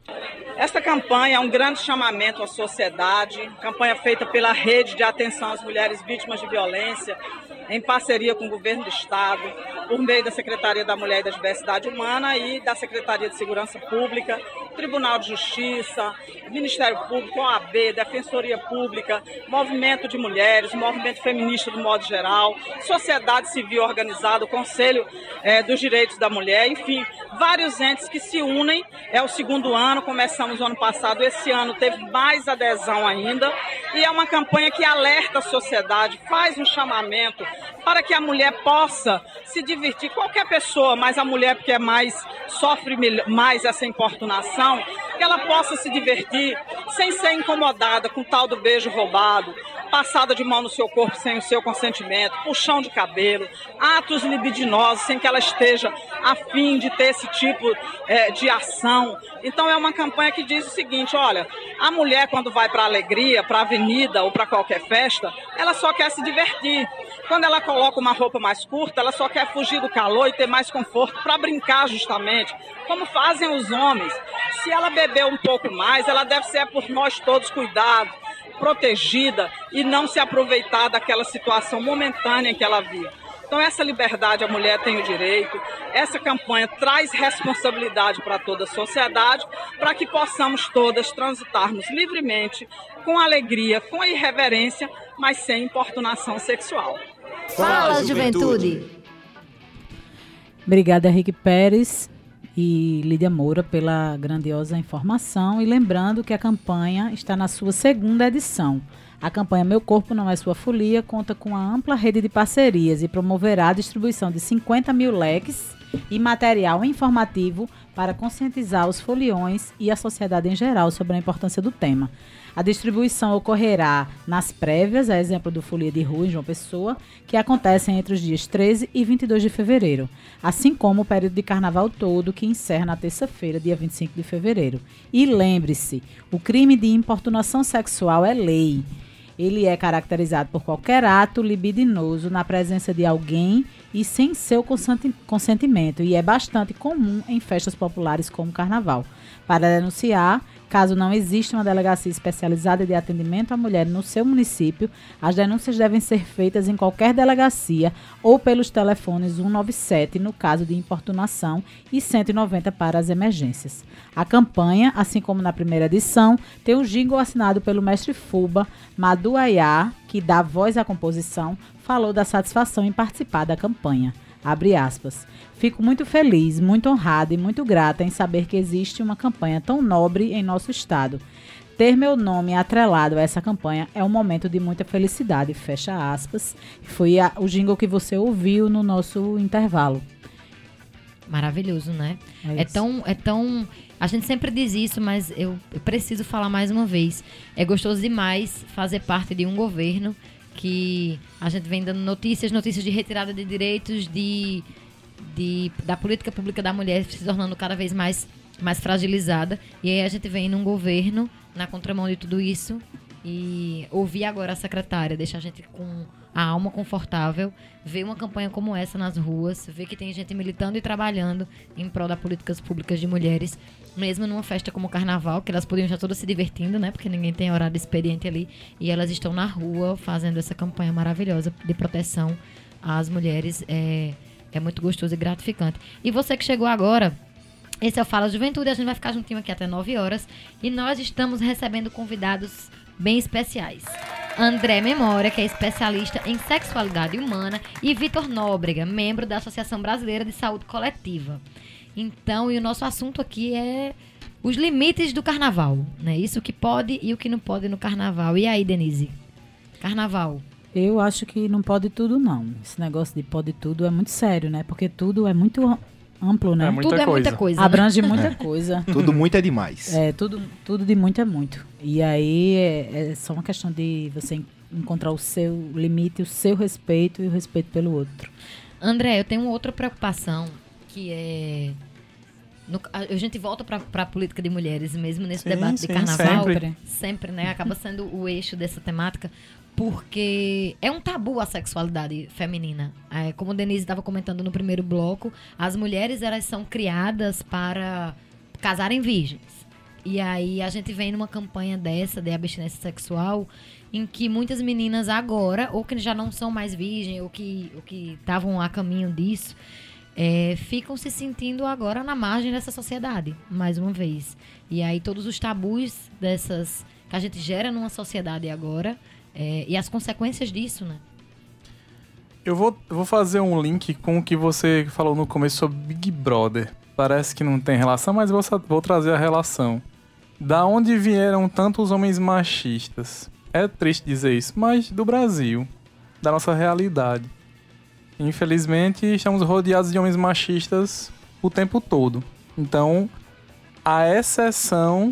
Esta campanha é um grande chamamento à sociedade, campanha feita pela Rede de Atenção às Mulheres Vítimas de Violência, em parceria com o Governo do Estado, por meio da Secretaria da Mulher e da Diversidade Humana e da Secretaria de Segurança Pública, Tribunal de Justiça, Ministério Público, OAB, Defensoria Pública, Movimento de Mulheres, Movimento Feminista do modo geral, Sociedade Civil Organizada, Conselho dos Direitos da Mulher, enfim, vários entes que se unem. É o segundo ano, começamos o ano passado, esse ano teve mais adesão ainda, e é uma campanha que alerta a sociedade, faz um chamamento para que a mulher possa se divertir, qualquer pessoa, mas a mulher porque sofre mais essa importunação, que ela possa se divertir sem ser incomodada com o tal do beijo roubado, passada de mão no seu corpo sem o seu consentimento, puxão de cabelo, atos libidinosos sem que ela esteja a fim de ter esse tipo de ação. Então é uma campanha que diz o seguinte, olha, a mulher quando vai para a alegria, para a avenida ou para qualquer festa, ela só quer se divertir. Quando ela coloca uma roupa mais curta, ela só quer fugir do calor e ter mais conforto para brincar justamente, como fazem os homens. Se ela beber um pouco mais, ela deve ser por nós todos cuidados, protegida e não se aproveitar daquela situação momentânea que ela vive. Então essa liberdade a mulher tem o direito, essa campanha traz responsabilidade para toda a sociedade, para que possamos todas transitarmos livremente, com alegria, com irreverência, mas sem importunação sexual. Fala, Juventude! Obrigada, Rick Pérez e Lídia Moura pela grandiosa informação. E lembrando que a campanha está na sua segunda edição. A campanha Meu Corpo Não É Sua Folia conta com uma ampla rede de parcerias e promoverá a distribuição de 50 mil leques e material informativo para conscientizar os foliões e a sociedade em geral sobre a importância do tema. A distribuição ocorrerá nas prévias, a exemplo do Folia de Rua em João Pessoa, que acontecem entre os dias 13 e 22 de fevereiro, assim como o período de carnaval todo, que encerra na terça-feira, dia 25 de fevereiro. E lembre-se, o crime de importunação sexual é lei. Ele é caracterizado por qualquer ato libidinoso na presença de alguém e sem seu consentimento, e é bastante comum em festas populares como o carnaval. Para denunciar, caso não exista uma delegacia especializada de atendimento à mulher no seu município, as denúncias devem ser feitas em qualquer delegacia ou pelos telefones 197 no caso de importunação e 190 para as emergências. A campanha, assim como na primeira edição, tem um jingle assinado pelo mestre Fuba, Madu Ayá, que dá voz à composição, falou da satisfação em participar da campanha. Abre aspas. Fico muito feliz, muito honrada e muito grata em saber que existe uma campanha tão nobre em nosso estado. Ter meu nome atrelado a essa campanha é um momento de muita felicidade, fecha aspas. Foi o jingle que você ouviu no nosso intervalo. Maravilhoso, né? É tão... A gente sempre diz isso, mas eu preciso falar mais uma vez. É gostoso demais fazer parte de um governo que a gente vem dando notícias de retirada de direitos, da política pública da mulher se tornando cada vez mais fragilizada. E aí a gente vem num governo na contramão de tudo isso e ouvir agora a secretária deixa a gente com a alma confortável ver uma campanha como essa nas ruas, ver que tem gente militando e trabalhando em prol das políticas públicas de mulheres, mesmo numa festa como o Carnaval, que elas podiam estar todas se divertindo, né? Porque ninguém tem horário experiente ali, e elas estão na rua fazendo essa campanha maravilhosa de proteção às mulheres. É muito gostoso e gratificante. E você que chegou agora, esse é o Fala Juventude, a gente vai ficar juntinho aqui até 9 horas, e nós estamos recebendo convidados bem especiais. André Memória, que é especialista em sexualidade humana, e Vitor Nóbrega, membro da Associação Brasileira de Saúde Coletiva. Então, e o nosso assunto aqui é os limites do carnaval, né? Isso que pode e o que não pode no carnaval. E aí, Denise? Carnaval. Eu acho que não pode tudo, não. Esse negócio de pode tudo é muito sério, né? Porque tudo é muito amplo, né? Muita Tudo é muita coisa. coisa, né? Abrange muita coisa. Tudo muito é demais. Tudo de muito é muito. E aí é só uma questão de você encontrar o seu limite, o seu respeito e o respeito pelo outro. André, eu tenho outra preocupação, que é... a gente volta para a política de mulheres, mesmo nesse debate de carnaval. Sempre, né? Acaba sendo o eixo dessa temática, porque é um tabu a sexualidade feminina. Como a Denise estava comentando no primeiro bloco, as mulheres, elas são criadas para casarem virgens. E aí a gente vem numa campanha dessa, de abstinência sexual, em que muitas meninas agora, ou que já não são mais virgens, ou que estavam a caminho disso, ficam se sentindo agora na margem dessa sociedade, mais uma vez. E aí todos os tabus dessas que a gente gera numa sociedade agora, e as consequências disso, né? Eu vou fazer um link com o que você falou no começo sobre Big Brother. Parece que não tem relação, mas vou trazer a relação. Da onde vieram tantos homens machistas? É triste dizer isso, mas do Brasil, da nossa realidade. Infelizmente, estamos rodeados de homens machistas o tempo todo. Então, a exceção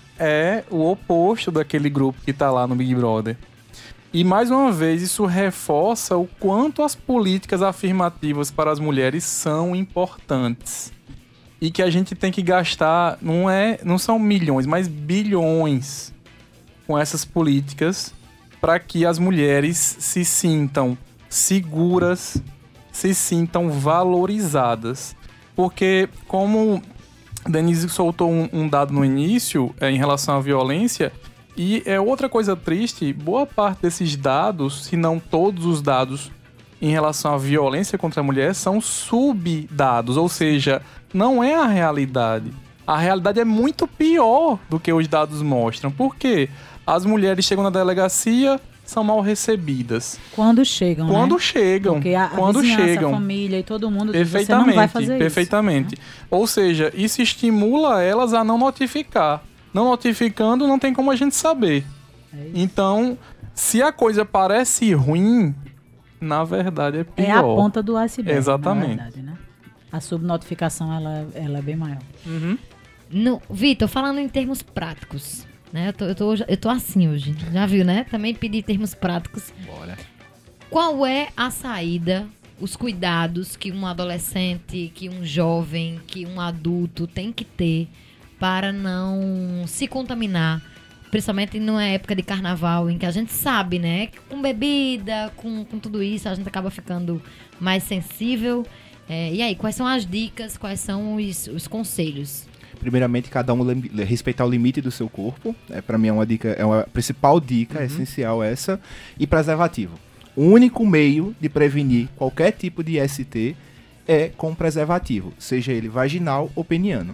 é o oposto daquele grupo que está lá no Big Brother. E, mais uma vez, isso reforça o quanto as políticas afirmativas para as mulheres são importantes. E que a gente tem que gastar, não são milhões, mas bilhões com essas políticas para que as mulheres se sintam seguras, se sintam valorizadas. Porque, como a Denise soltou um dado no início em relação à violência, e é outra coisa triste, boa parte desses dados, se não todos os dados em relação à violência contra a mulher, são subdados, ou seja, não é a realidade. A realidade é muito pior do que os dados mostram. Por quê? As mulheres chegam na delegacia, são mal recebidas. Quando chegam, Quando né? chegam. Porque a vizinhança, a família e todo mundo diz, você não vai fazer isso. Perfeitamente. Ou seja, isso estimula elas a não notificar. Não notificando, não tem como a gente saber. Então, se a coisa parece ruim, na verdade é pior. É a ponta do iceberg. Exatamente. Na verdade, né? A subnotificação, ela é bem maior. Uhum. Vitor, falando em termos práticos, né? Eu tô assim hoje. Já viu, né? Também pedi termos práticos. Bora. Qual é a saída, os cuidados que um adolescente, que um jovem, que um adulto tem que ter para não se contaminar, principalmente numa época de carnaval, em que a gente sabe, né, que com bebida, com tudo isso, a gente acaba ficando mais sensível. E aí, quais são as dicas, quais são os conselhos? Primeiramente, cada um respeitar o limite do seu corpo. Para mim é uma dica, é uma principal dica, essencial essa. E preservativo. O único meio de prevenir qualquer tipo de ST é com preservativo, seja ele vaginal ou peniano.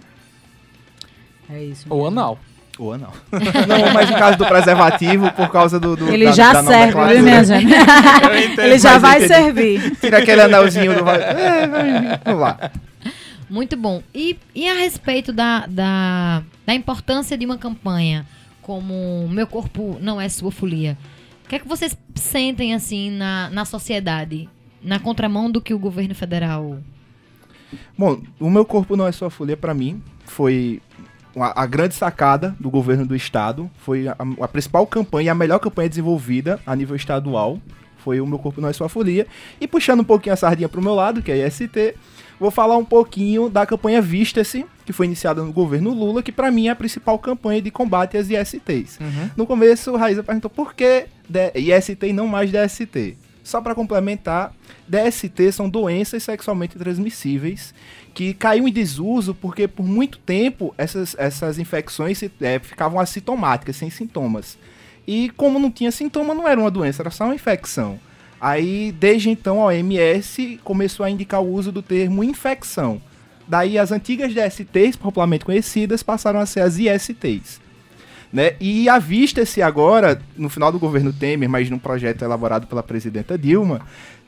É isso. Ou anal. Ou anal. Não, mas no caso do preservativo, por causa do ele já serve, viu, minha gente? Ele já vai servir. Tira aquele anelzinho do... Vamos lá. Muito bom. E a respeito da importância de uma campanha como Meu Corpo Não É Sua Folia, o que é que vocês sentem assim na sociedade, na contramão do que o governo federal... Bom, o Meu Corpo Não É Sua Folia, para mim, foi a grande sacada do governo do estado, foi a principal campanha, a melhor campanha desenvolvida a nível estadual, foi o Meu Corpo Não É Sua Folia. E puxando um pouquinho a sardinha pro meu lado, que é a IST, vou falar um pouquinho da campanha Vista-se, que foi iniciada no governo Lula, que para mim é a principal campanha de combate às ISTs. No começo, Raíza perguntou por que IST e não mais DST. Só para complementar, DST são doenças sexualmente transmissíveis que caíram em desuso porque por muito tempo essas infecções ficavam assintomáticas, sem sintomas. E como não tinha sintoma, não era uma doença, era só uma infecção. Aí, desde então, a OMS começou a indicar o uso do termo infecção. Daí, as antigas DSTs, popularmente conhecidas, passaram a ser as ISTs. Né? E avista-se agora, no final do governo Temer, mas num projeto elaborado pela presidenta Dilma,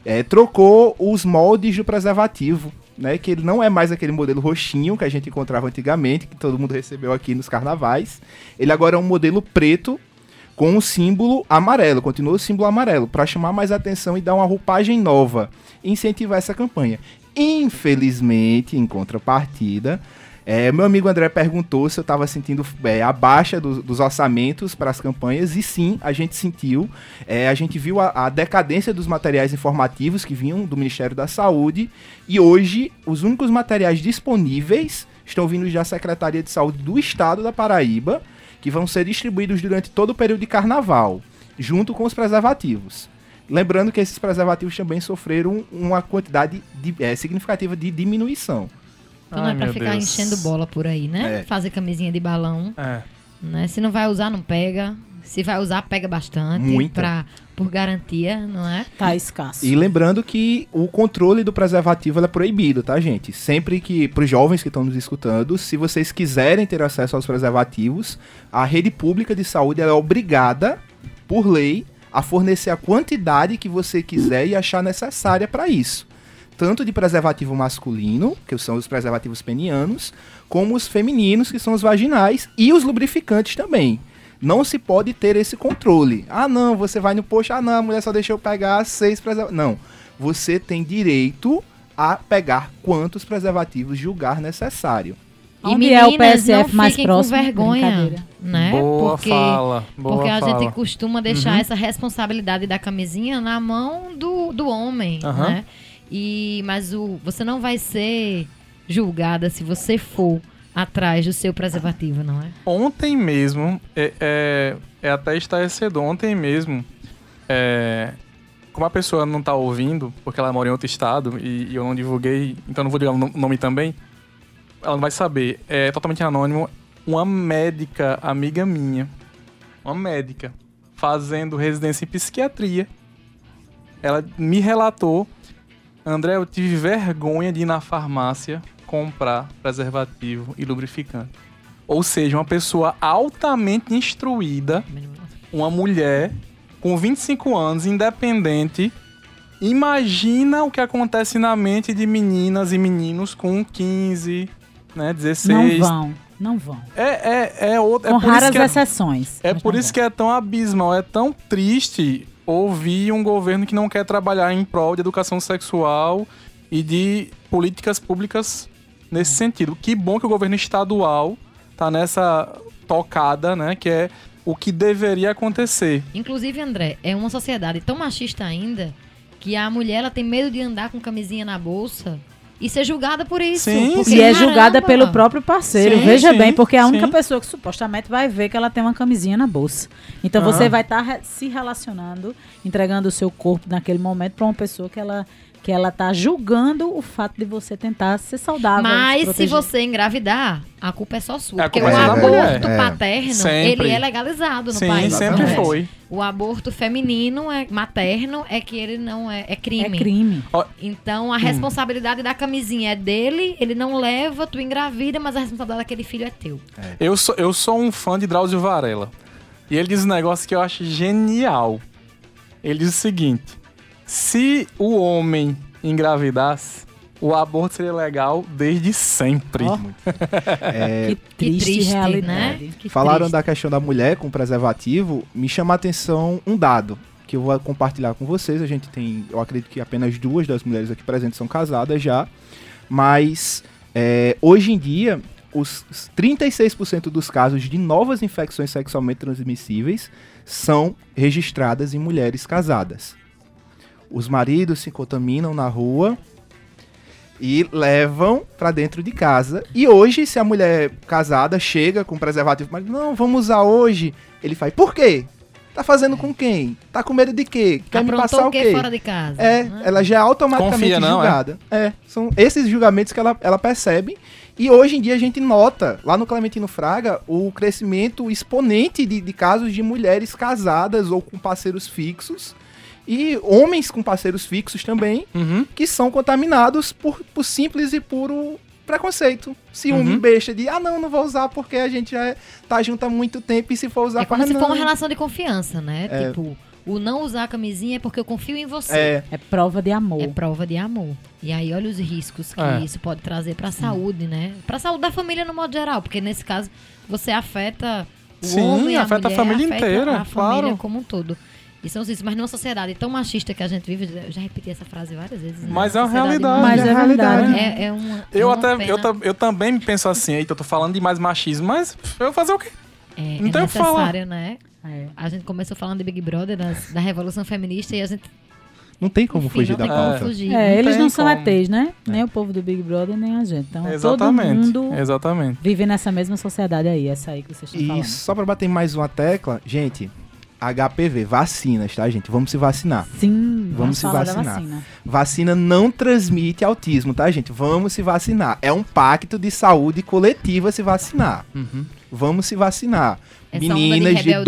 trocou os moldes do preservativo, né? Que ele não é mais aquele modelo roxinho que a gente encontrava antigamente, que todo mundo recebeu aqui nos carnavais. Ele agora é um modelo preto, com um símbolo amarelo, continua o símbolo amarelo, para chamar mais atenção e dar uma roupagem nova, e incentivar essa campanha. Infelizmente, em contrapartida, meu amigo André perguntou se eu estava sentindo a baixa dos orçamentos para as campanhas, e sim, a gente sentiu. A gente viu a decadência dos materiais informativos que vinham do Ministério da Saúde, e hoje os únicos materiais disponíveis estão vindo da Secretaria de Saúde do Estado da Paraíba, que vão ser distribuídos durante todo o período de carnaval, junto com os preservativos. Lembrando que esses preservativos também sofreram uma quantidade significativa de diminuição. Então não é pra ficar enchendo bola por aí, né? Fazer camisinha de balão. Né? Se não vai usar, não pega. Se vai usar, pega bastante. Por garantia, não é? Tá escasso. E lembrando que o controle do preservativo é proibido, tá, gente? Sempre que, pros jovens que estão nos escutando, se vocês quiserem ter acesso aos preservativos, a rede pública de saúde é obrigada, por lei, a fornecer a quantidade que você quiser e achar necessária para isso. Tanto de preservativo masculino, que são os preservativos penianos, como os femininos, que são os vaginais, e os lubrificantes também. Não se pode ter esse controle. Ah, não, você vai no posto, ah, não, a mulher só deixou pegar 6 preservativos. Não, você tem direito a pegar quantos preservativos julgar necessário. E meninas, o PSF mais próximo, com vergonha, né? Boa fala. Porque a gente costuma deixar essa responsabilidade da camisinha na mão do homem, né? Mas você não vai ser julgada se você for atrás do seu preservativo, não é? Ontem mesmo, é até estarrecedor, ontem mesmo, como a pessoa não tá ouvindo, porque ela mora em outro estado e eu não divulguei, então não vou dizer o nome também, ela não vai saber, é totalmente anônimo, uma médica, amiga minha, uma médica, fazendo residência em psiquiatria, ela me relatou: André, eu tive vergonha de ir na farmácia comprar preservativo e lubrificante. Ou seja, uma pessoa altamente instruída, uma mulher com 25 anos, independente, imagina o que acontece na mente de meninas e meninos com 15, né, 16. Não vão. Com raras exceções. É por isso que é tão abismal, é tão triste ouvir um governo que não quer trabalhar em prol de educação sexual e de políticas públicas nesse sentido. Que bom que o governo estadual tá nessa tocada, né, que é o que deveria acontecer. Inclusive, André, é uma sociedade tão machista ainda que a mulher ela tem medo de andar com camisinha na bolsa e ser julgada por isso. Sim, e é julgada pelo próprio parceiro. Sim, Veja bem, porque é a única pessoa que supostamente vai ver que ela tem uma camisinha na bolsa. Então você vai estar se relacionando, entregando o seu corpo naquele momento para uma pessoa que ela tá julgando o fato de você tentar ser saudável. Mas se você engravidar, a culpa é só sua. Porque o aborto paterno, ele é legalizado no país. Sim, sempre foi. O aborto feminino, materno, é que ele não é crime. É crime. Então, a responsabilidade da camisinha é dele, ele não leva, tu engravida, mas a responsabilidade daquele filho é teu. Eu sou um fã de Drauzio Varela. E ele diz um negócio que eu acho genial. Ele diz o seguinte: se o homem engravidasse, o aborto seria legal desde sempre. Que triste realidade. Né? Falaram da questão da mulher com preservativo, me chama a atenção um dado que eu vou compartilhar com vocês. A gente tem, eu acredito que apenas 2 das mulheres aqui presentes são casadas já, mas hoje em dia, os 36% dos casos de novas infecções sexualmente transmissíveis são registradas em mulheres casadas. Os maridos se contaminam na rua e levam pra dentro de casa. E hoje, se a mulher casada chega com preservativo, mas não, vamos usar hoje, ele faz, por quê? Tá fazendo com quem? Tá com medo de quê? Quer me passar o quê? Fora de casa? Ela já é automaticamente Confia, não, julgada. São esses julgamentos que ela percebe. E hoje em dia a gente nota, lá no Clementino Fraga, o crescimento exponente de casos de mulheres casadas ou com parceiros fixos. E homens com parceiros fixos também, que são contaminados por simples e puro preconceito. Ciúme, besta de, não vou usar porque a gente já tá junto há muito tempo e se for usar... É como se for uma relação de confiança, né? Tipo, o não usar a camisinha é porque eu confio em você. É prova de amor. É prova de amor. E aí, olha os riscos que isso pode trazer pra saúde, né? Pra saúde da família no modo geral, porque nesse caso você afeta o homem, afeta a família inteira, a família como um todo. E são isso, mas numa sociedade tão machista que a gente vive, eu já repeti essa frase várias vezes. Né? Mas é uma realidade. Mas é realidade. Eu também penso assim, eita, eu tô falando de mais machismo, mas eu vou fazer o quê? Não tem o que falar. Né? A gente começou falando de Big Brother, da Revolução Feminista, e a gente... Não tem como fugir da pauta. Eles não são ETs, né? Nem o povo do Big Brother, nem a gente. Então, exatamente, todo mundo vive nessa mesma sociedade aí, essa aí que vocês estão falando. E só pra bater mais uma tecla, gente... HPV, vacinas, tá, gente? Vamos se vacinar. Sim, vamos se vacinar. Vacina não transmite autismo, tá, gente? Vamos se vacinar. É um pacto de saúde coletiva se vacinar. Vamos se vacinar. Essa Meninas de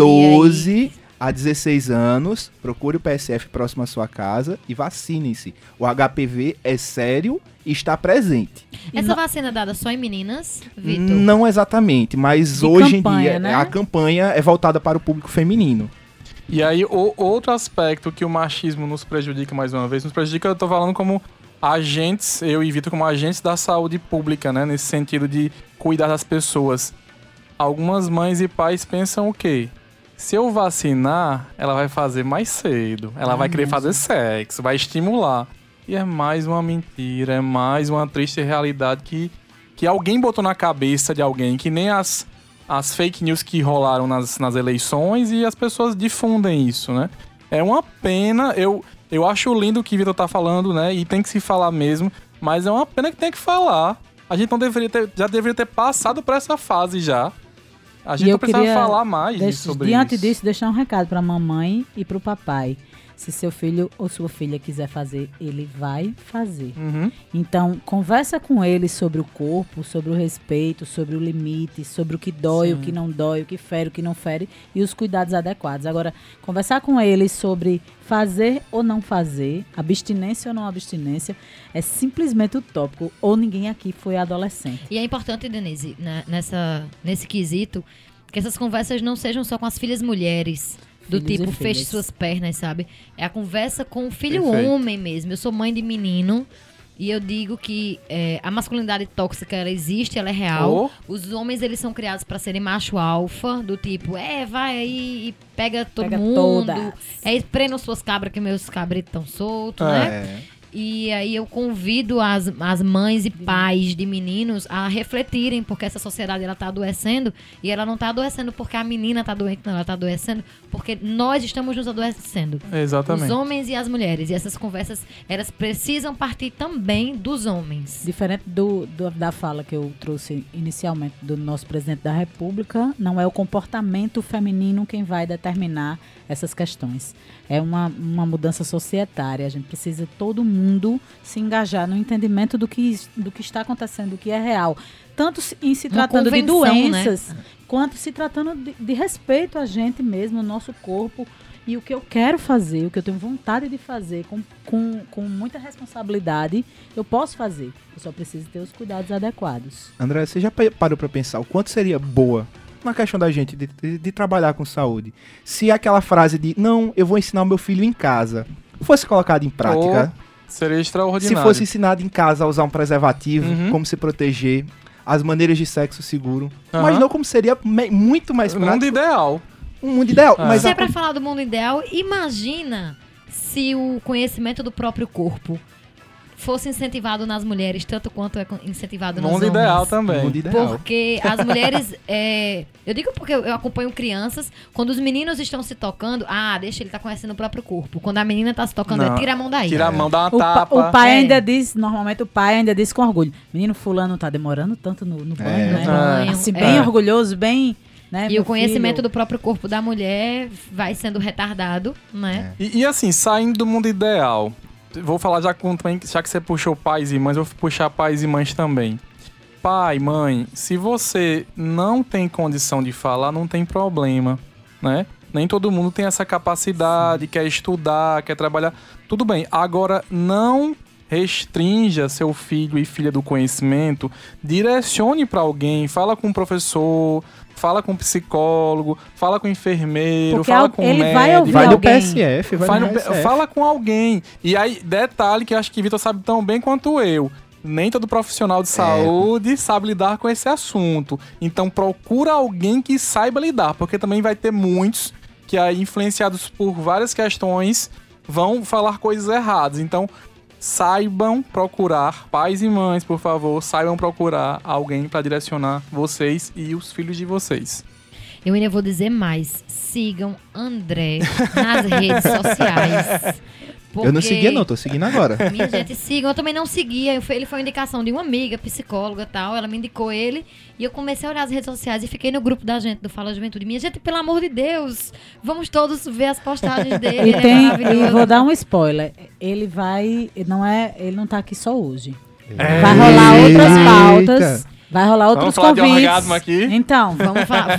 12 a 16 anos, procure o PSF próximo à sua casa e vacinem-se. O HPV é sério e está presente. Essa vacina é dada só em meninas, Vitor? Não exatamente, mas hoje em dia, né? A campanha é voltada para o público feminino. E aí, outro aspecto que o machismo nos prejudica, mais uma vez, eu tô falando como agentes, eu e Vitor, como agentes da saúde pública, né? Nesse sentido de cuidar das pessoas. Algumas mães e pais pensam o quê? Se eu vacinar, ela vai fazer mais cedo. Ela vai querer fazer sexo, vai estimular. E é mais uma mentira, é mais uma triste realidade que alguém botou na cabeça de alguém, que nem as fake news que rolaram nas eleições, e as pessoas difundem isso, né? É uma pena, eu acho lindo o que o Vitor tá falando, né? E tem que se falar mesmo, mas é uma pena que tem que falar. A gente não já deveria ter passado por essa fase já. A gente não precisava falar mais sobre isso. Diante disso, deixar um recado pra mamãe e pro papai. Se seu filho ou sua filha quiser fazer, ele vai fazer. Então, conversa com ele sobre o corpo, sobre o respeito, sobre o limite, sobre o que dói, o que não dói, o que fere, o que não fere e os cuidados adequados. Agora, conversar com ele sobre fazer ou não fazer, abstinência ou não abstinência, é simplesmente utópico. Ou ninguém aqui foi adolescente. E é importante, Denise, nesse quesito, que essas conversas não sejam só com as filhas mulheres. Do tipo, feche suas pernas, sabe? É a conversa com o filho homem mesmo. Eu sou mãe de menino e eu digo que a masculinidade tóxica, ela existe, ela é real. Os homens, eles são criados pra serem macho alfa, do tipo, vai aí e pega todo mundo. Prendam suas cabras que meus cabritos estão soltos, né? E aí eu convido as mães e pais de meninos a refletirem, porque essa sociedade ela tá adoecendo, e ela não tá adoecendo porque a menina tá doente, não, ela tá adoecendo porque nós estamos nos adoecendo. Exatamente. Os homens e as mulheres. E essas conversas, elas precisam partir também dos homens. Diferente da fala que eu trouxe inicialmente do nosso presidente da República, não é o comportamento feminino quem vai determinar essas questões. É uma mudança societária. A gente precisa, todo mundo, se engajar no entendimento do que está acontecendo, do que é real. Tanto em se tratando de doenças, né? Quanto se tratando de respeito a gente mesmo, o nosso corpo. E o que eu quero fazer, o que eu tenho vontade de fazer com muita responsabilidade, eu posso fazer. Eu só preciso ter os cuidados adequados. André, você já parou para pensar o quanto seria boa na questão da gente de trabalhar com saúde, se aquela frase de não, eu vou ensinar o meu filho em casa fosse colocada em prática? Seria extraordinário. Se fosse ensinado em casa a usar um preservativo, como se proteger, as maneiras de sexo seguro. Imaginou como seria muito mais prático. Um mundo ideal. Um mundo ideal. Mas se é pra falar do mundo ideal, imagina se o conhecimento do próprio corpo fosse incentivado nas mulheres, tanto quanto é incentivado nos homens. Mundo ideal também. Mundo ideal. Porque as mulheres... eu digo porque eu acompanho crianças, quando os meninos estão se tocando, deixa ele tá conhecendo o próprio corpo. Quando a menina tá se tocando, tira a mão daí. Tira a mão, dá uma tapa. O pai ainda diz, normalmente o pai ainda diz com orgulho, menino fulano tá demorando tanto no banho, né? Banho, assim, bem orgulhoso, bem... né? E Meu o conhecimento filho. do próprio corpo da mulher vai sendo retardado, né? E assim, saindo do mundo ideal, vou falar já que você puxou pais e mães, eu vou puxar pais e mães também. Pai, mãe, se você não tem condição de falar, não tem problema, né? Nem todo mundo tem essa capacidade, quer estudar, quer trabalhar. Tudo bem, agora não restrinja seu filho e filha do conhecimento, direcione para alguém, fala com o professor, fala com o psicólogo, fala com o enfermeiro, Porque fala com o ele médico. vai ouvir Vai no alguém. PSF, vai no PSF. Fala com alguém. E aí, detalhe que eu acho que Vitor sabe tão bem quanto eu. Nem todo profissional de saúde sabe lidar com esse assunto. Então procura alguém que saiba lidar, porque também vai ter muitos que aí, influenciados por várias questões, vão falar coisas erradas. Então, saibam procurar, pais e mães, por favor, saibam procurar alguém para direcionar vocês e os filhos de vocês. Eu ainda vou dizer mais. Sigam André nas redes sociais. Eu não seguia não, tô seguindo agora. Minha gente, sigam. Eu também não seguia. Ele foi uma indicação de uma amiga, psicóloga e tal. Ela me indicou ele. E eu comecei a olhar as redes sociais e fiquei no grupo da gente do Fala Juventude. Minha gente, pelo amor de Deus, vamos todos ver as postagens dele. E vou dar um spoiler. Ele não tá aqui só hoje. Vai rolar outras pautas. Vai rolar outros Vamos falar de convites. orgasmo aqui? Então, Vamos falar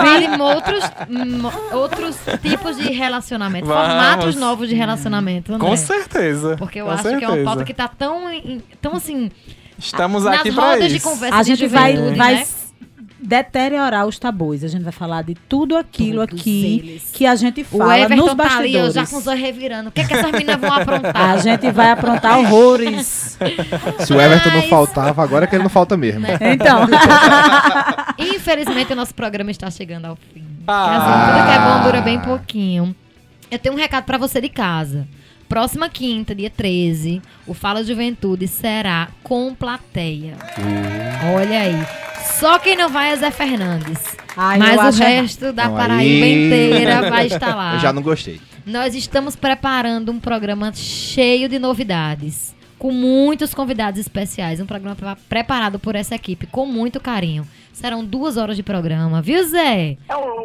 de outros tipos de relacionamento. Vamos. Formatos novos de relacionamento, André. Com certeza. Porque eu com acho que é uma certeza. pauta que tá tão assim... Estamos nas aqui para rodas de isso. conversa a de gente vai juventude, né? deteriorar os tabus. A gente vai falar de tudo aquilo Todos aqui eles. que a gente O fala nos Everton tá ali, bastidores. já com os olhos revirando. O que é que essas meninas vão aprontar? A gente vai aprontar horrores. Se o Everton não Mas- faltava, agora é que ele não falta mesmo. Então, Infelizmente, o nosso programa está chegando ao fim. Ah. Porque, assim, tudo que é bom dura bem pouquinho. Eu tenho um recado pra você de casa. Próxima quinta, dia 13, o Fala Juventude será com plateia. Olha aí. Só quem não vai é Zé Fernandes. Ai, mas eu o acho resto da Não, Paraíba aí- inteira vai estar lá. Eu já não gostei. Nós estamos preparando um programa cheio de novidades, com muitos convidados especiais. Um programa preparado por essa equipe, com muito carinho. Serão 2 horas de programa, viu, Zé?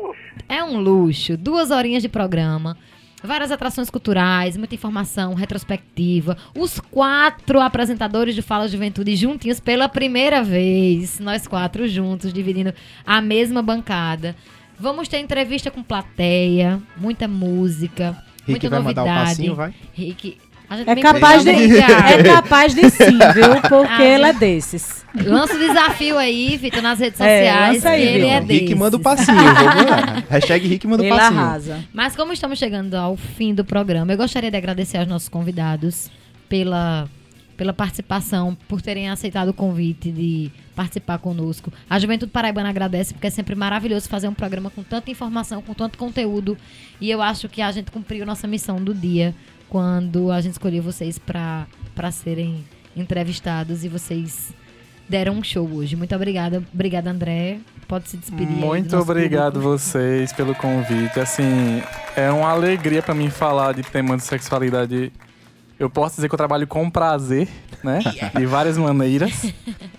É um luxo. 2 horinhas de programa. Várias atrações culturais, muita informação, retrospectiva. Os 4 apresentadores de Fala Juventude juntinhos pela primeira vez. Nós 4 juntos, dividindo a mesma bancada. Vamos ter entrevista com plateia, muita música, Rick muita vai novidade. mandar o passinho, vai? Rick, a gente é bem capaz de, obrigada. é capaz de sim, viu? Porque Ah, ele é desses. Lança o desafio aí, Vitor, nas redes É, sociais. lança aí, que ele Vitor. é Rick desses. manda o passinho, vamos lá. Hashtag Rick manda o Ele passinho. arrasa. Mas como estamos chegando ao fim do programa, eu gostaria de agradecer aos nossos convidados pela participação, por terem aceitado o convite de participar conosco. A Juventude Paraibana agradece, porque é sempre maravilhoso fazer um programa com tanta informação, com tanto conteúdo. E eu acho que a gente cumpriu nossa missão do dia quando a gente escolheu vocês para serem entrevistados e vocês deram um show hoje. Muito obrigada. Obrigada, André. Pode se despedir. aí do Muito nosso obrigado público. vocês pelo convite. Assim, é uma alegria pra mim falar de temas de sexualidade. Eu posso dizer que eu trabalho com prazer, né? De várias maneiras.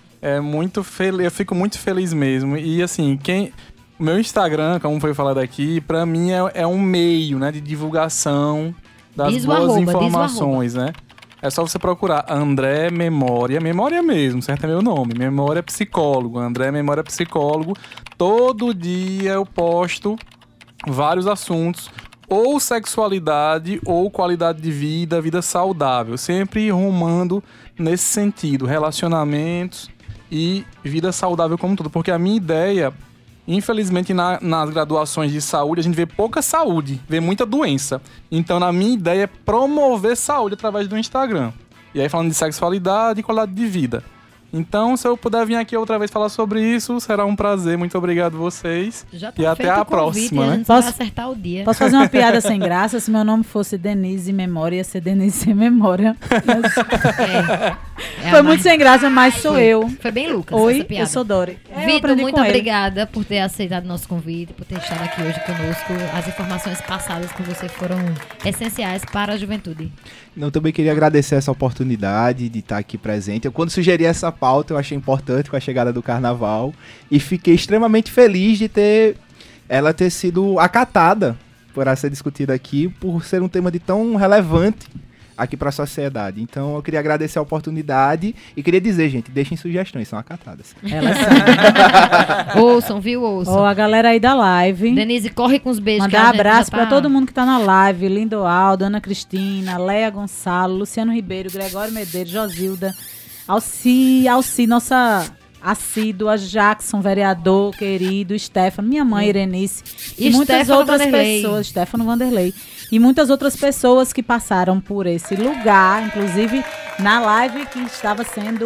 Eu fico muito feliz mesmo. E assim, o meu Instagram, como foi falado aqui, pra mim é um meio, né, de divulgação das Diz o boas arroba, informações, né? É só você procurar André Memória mesmo, certo? É meu nome. Memória Psicólogo. André Memória Psicólogo. Todo dia eu posto vários assuntos, ou sexualidade, ou qualidade de vida saudável. Sempre rumando nesse sentido, relacionamentos e vida saudável como tudo. Porque a minha ideia, infelizmente, nas graduações de saúde, a gente vê pouca saúde, vê muita doença. Então, na minha ideia, é promover saúde através do Instagram. E aí, falando de sexualidade e qualidade de vida. Então, se eu puder vir aqui outra vez falar sobre isso, será um prazer. Muito obrigado vocês. Já tá E até feito a o convite, próxima, e a né? gente só vai Posso- acertar o dia. Posso fazer uma piada sem graça? Se meu nome fosse Denise Memória, ia ser Denise Sem Memória. Foi muito sem graça, mas sou eu. Foi bem Lucas Oi, essa piada. eu sou Dori. Eu Vitor, aprendi muito com ele. obrigada por ter aceitado nosso convite, por ter estado aqui hoje conosco. As informações passadas com você foram essenciais para a juventude. Eu também queria agradecer essa oportunidade de estar aqui presente. Quando sugeri essa pauta, eu achei importante com a chegada do carnaval e fiquei extremamente feliz de ter ela ter sido acatada por ela ser discutida aqui, por ser um tema de tão relevante aqui para a sociedade. Então eu queria agradecer a oportunidade e queria dizer, gente, deixem sugestões, são acatadas. Elas são. Ouçam, viu? Ouçam. Ó, a galera aí da live. Denise, corre com os beijos. que Mandar a gente abraço já tá- pra todo mundo que tá na live. Lindoaldo, Ana Cristina, Leia Gonçalo, Luciano Ribeiro, Gregório Medeiros, Josilda, Alci, nossa assídua, Jackson, vereador querido, Stefano, minha mãe, Irenice, e muitas Stefano outras Vanderlei. pessoas, Stefano Vanderlei, e muitas outras pessoas que passaram por esse lugar, inclusive na live que estava sendo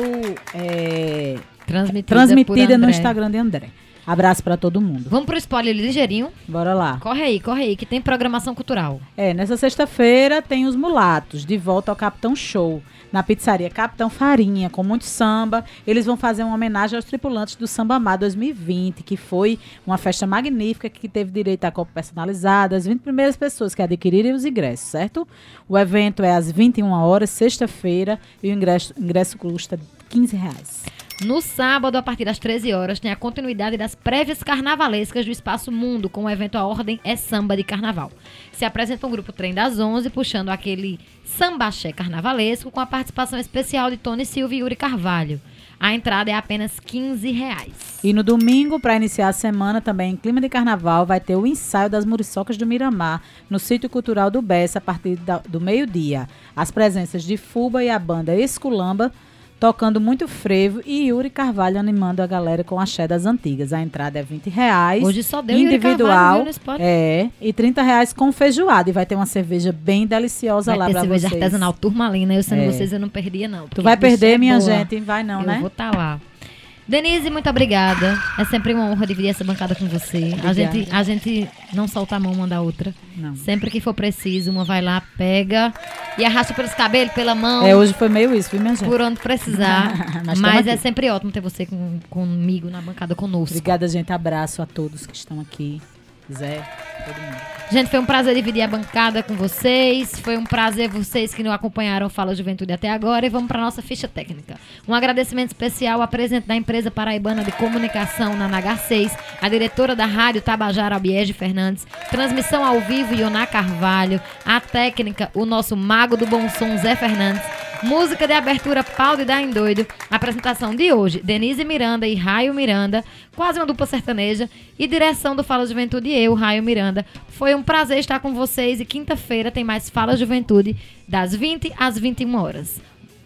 transmitida por no André. Instagram de André. Abraço pra todo mundo. Vamos pro spoiler ligeirinho? Bora lá. Corre aí, que tem programação cultural. Nessa sexta-feira tem os Mulatos, de volta ao Capitão Show, na pizzaria Capitão Farinha, com muito samba. Eles vão fazer uma homenagem aos tripulantes do Samba Mar 2020, que foi uma festa magnífica que teve direito a copo personalizado, as 20 primeiras pessoas que adquirirem os ingressos, certo? O evento é às 21 horas, sexta-feira, e o ingresso custa R$15. No sábado, a partir das 13 horas, tem a continuidade das prévias carnavalescas do Espaço Mundo, com o evento A Ordem é Samba de Carnaval. Se apresenta um grupo Trem das 11, puxando aquele sambaxé carnavalesco, com a participação especial de Tony Silva e Yuri Carvalho. A entrada é apenas R$15. E no domingo, para iniciar a semana, também em clima de carnaval, vai ter o ensaio das Muriçocas do Miramar, no Sítio Cultural do Bessa, a partir do meio-dia. As presenças de Fuba e a banda Esculamba, tocando muito frevo, e Yuri Carvalho animando a galera com axé das antigas. A entrada é R$20. Hoje só deu Yuri Carvalho, individual, viu, no spot? e R$30 com feijoada. E vai ter uma cerveja bem deliciosa Vai lá ter pra cerveja vocês. artesanal turmalina. Eu sendo vocês, eu não perdia, não. Tu vai perder, minha boa. gente? Vai não, Eu né? vou estar lá. Denise, muito obrigada. É sempre uma honra dividir essa bancada com você. A gente não solta a mão uma da outra. Não. Sempre que for preciso, uma vai lá, pega e arrasta pelos cabelos, pela mão, Hoje foi meio isso, viu, minha gente? por onde precisar. Mas Mas tamo é aqui. sempre ótimo ter você comigo na bancada conosco. Obrigada, gente. Abraço a todos que estão aqui. Zé, todo mundo. Gente, foi um prazer dividir a bancada com vocês. Foi um prazer vocês que nos acompanharam Fala Juventude até agora. E vamos para nossa ficha técnica. Um agradecimento especial à presidente da empresa paraibana de comunicação na NH6, a diretora da rádio Tabajara, Abiege Fernandes, transmissão ao vivo, Ioná Carvalho, a técnica, o nosso mago do bom som, Zé Fernandes, música de abertura, Paulo e Daim Doido, apresentação de hoje, Denise Miranda e Raio Miranda, quase uma dupla sertaneja, e direção do Fala Juventude e eu, Raio Miranda. Foi um prazer estar com vocês e quinta-feira tem mais Fala Juventude, das 20 às 21 horas.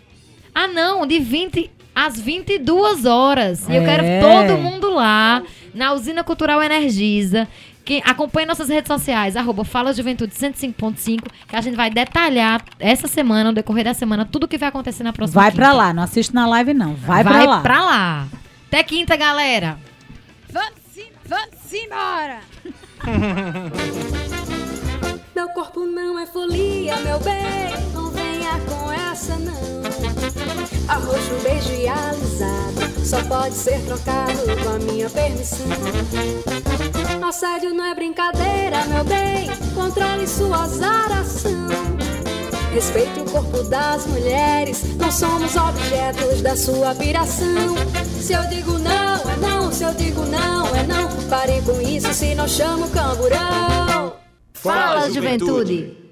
Ah, não, de 20 às 22 horas. E eu quero todo mundo lá, na Usina Cultural Energisa. Que acompanhe nossas redes sociais, @Fala Juventude 105.5, que a gente vai detalhar essa semana, no decorrer da semana, tudo o que vai acontecer na próxima Vai quinta. pra lá, não assiste na live não. Vai pra lá. Pra lá. Até quinta, galera. Vamos embora! Meu corpo não é folia, meu bem, não venha com essa não. Arroxo, beijo e alisado só pode ser trocado com a minha permissão. Assédio não é brincadeira, meu bem, controle sua azaração. Respeite o corpo das mulheres, não somos objetos da sua piração. Se eu digo não, é não, se eu digo não, é não. Pare com isso, se não chamo camburão. Fala, Juventude.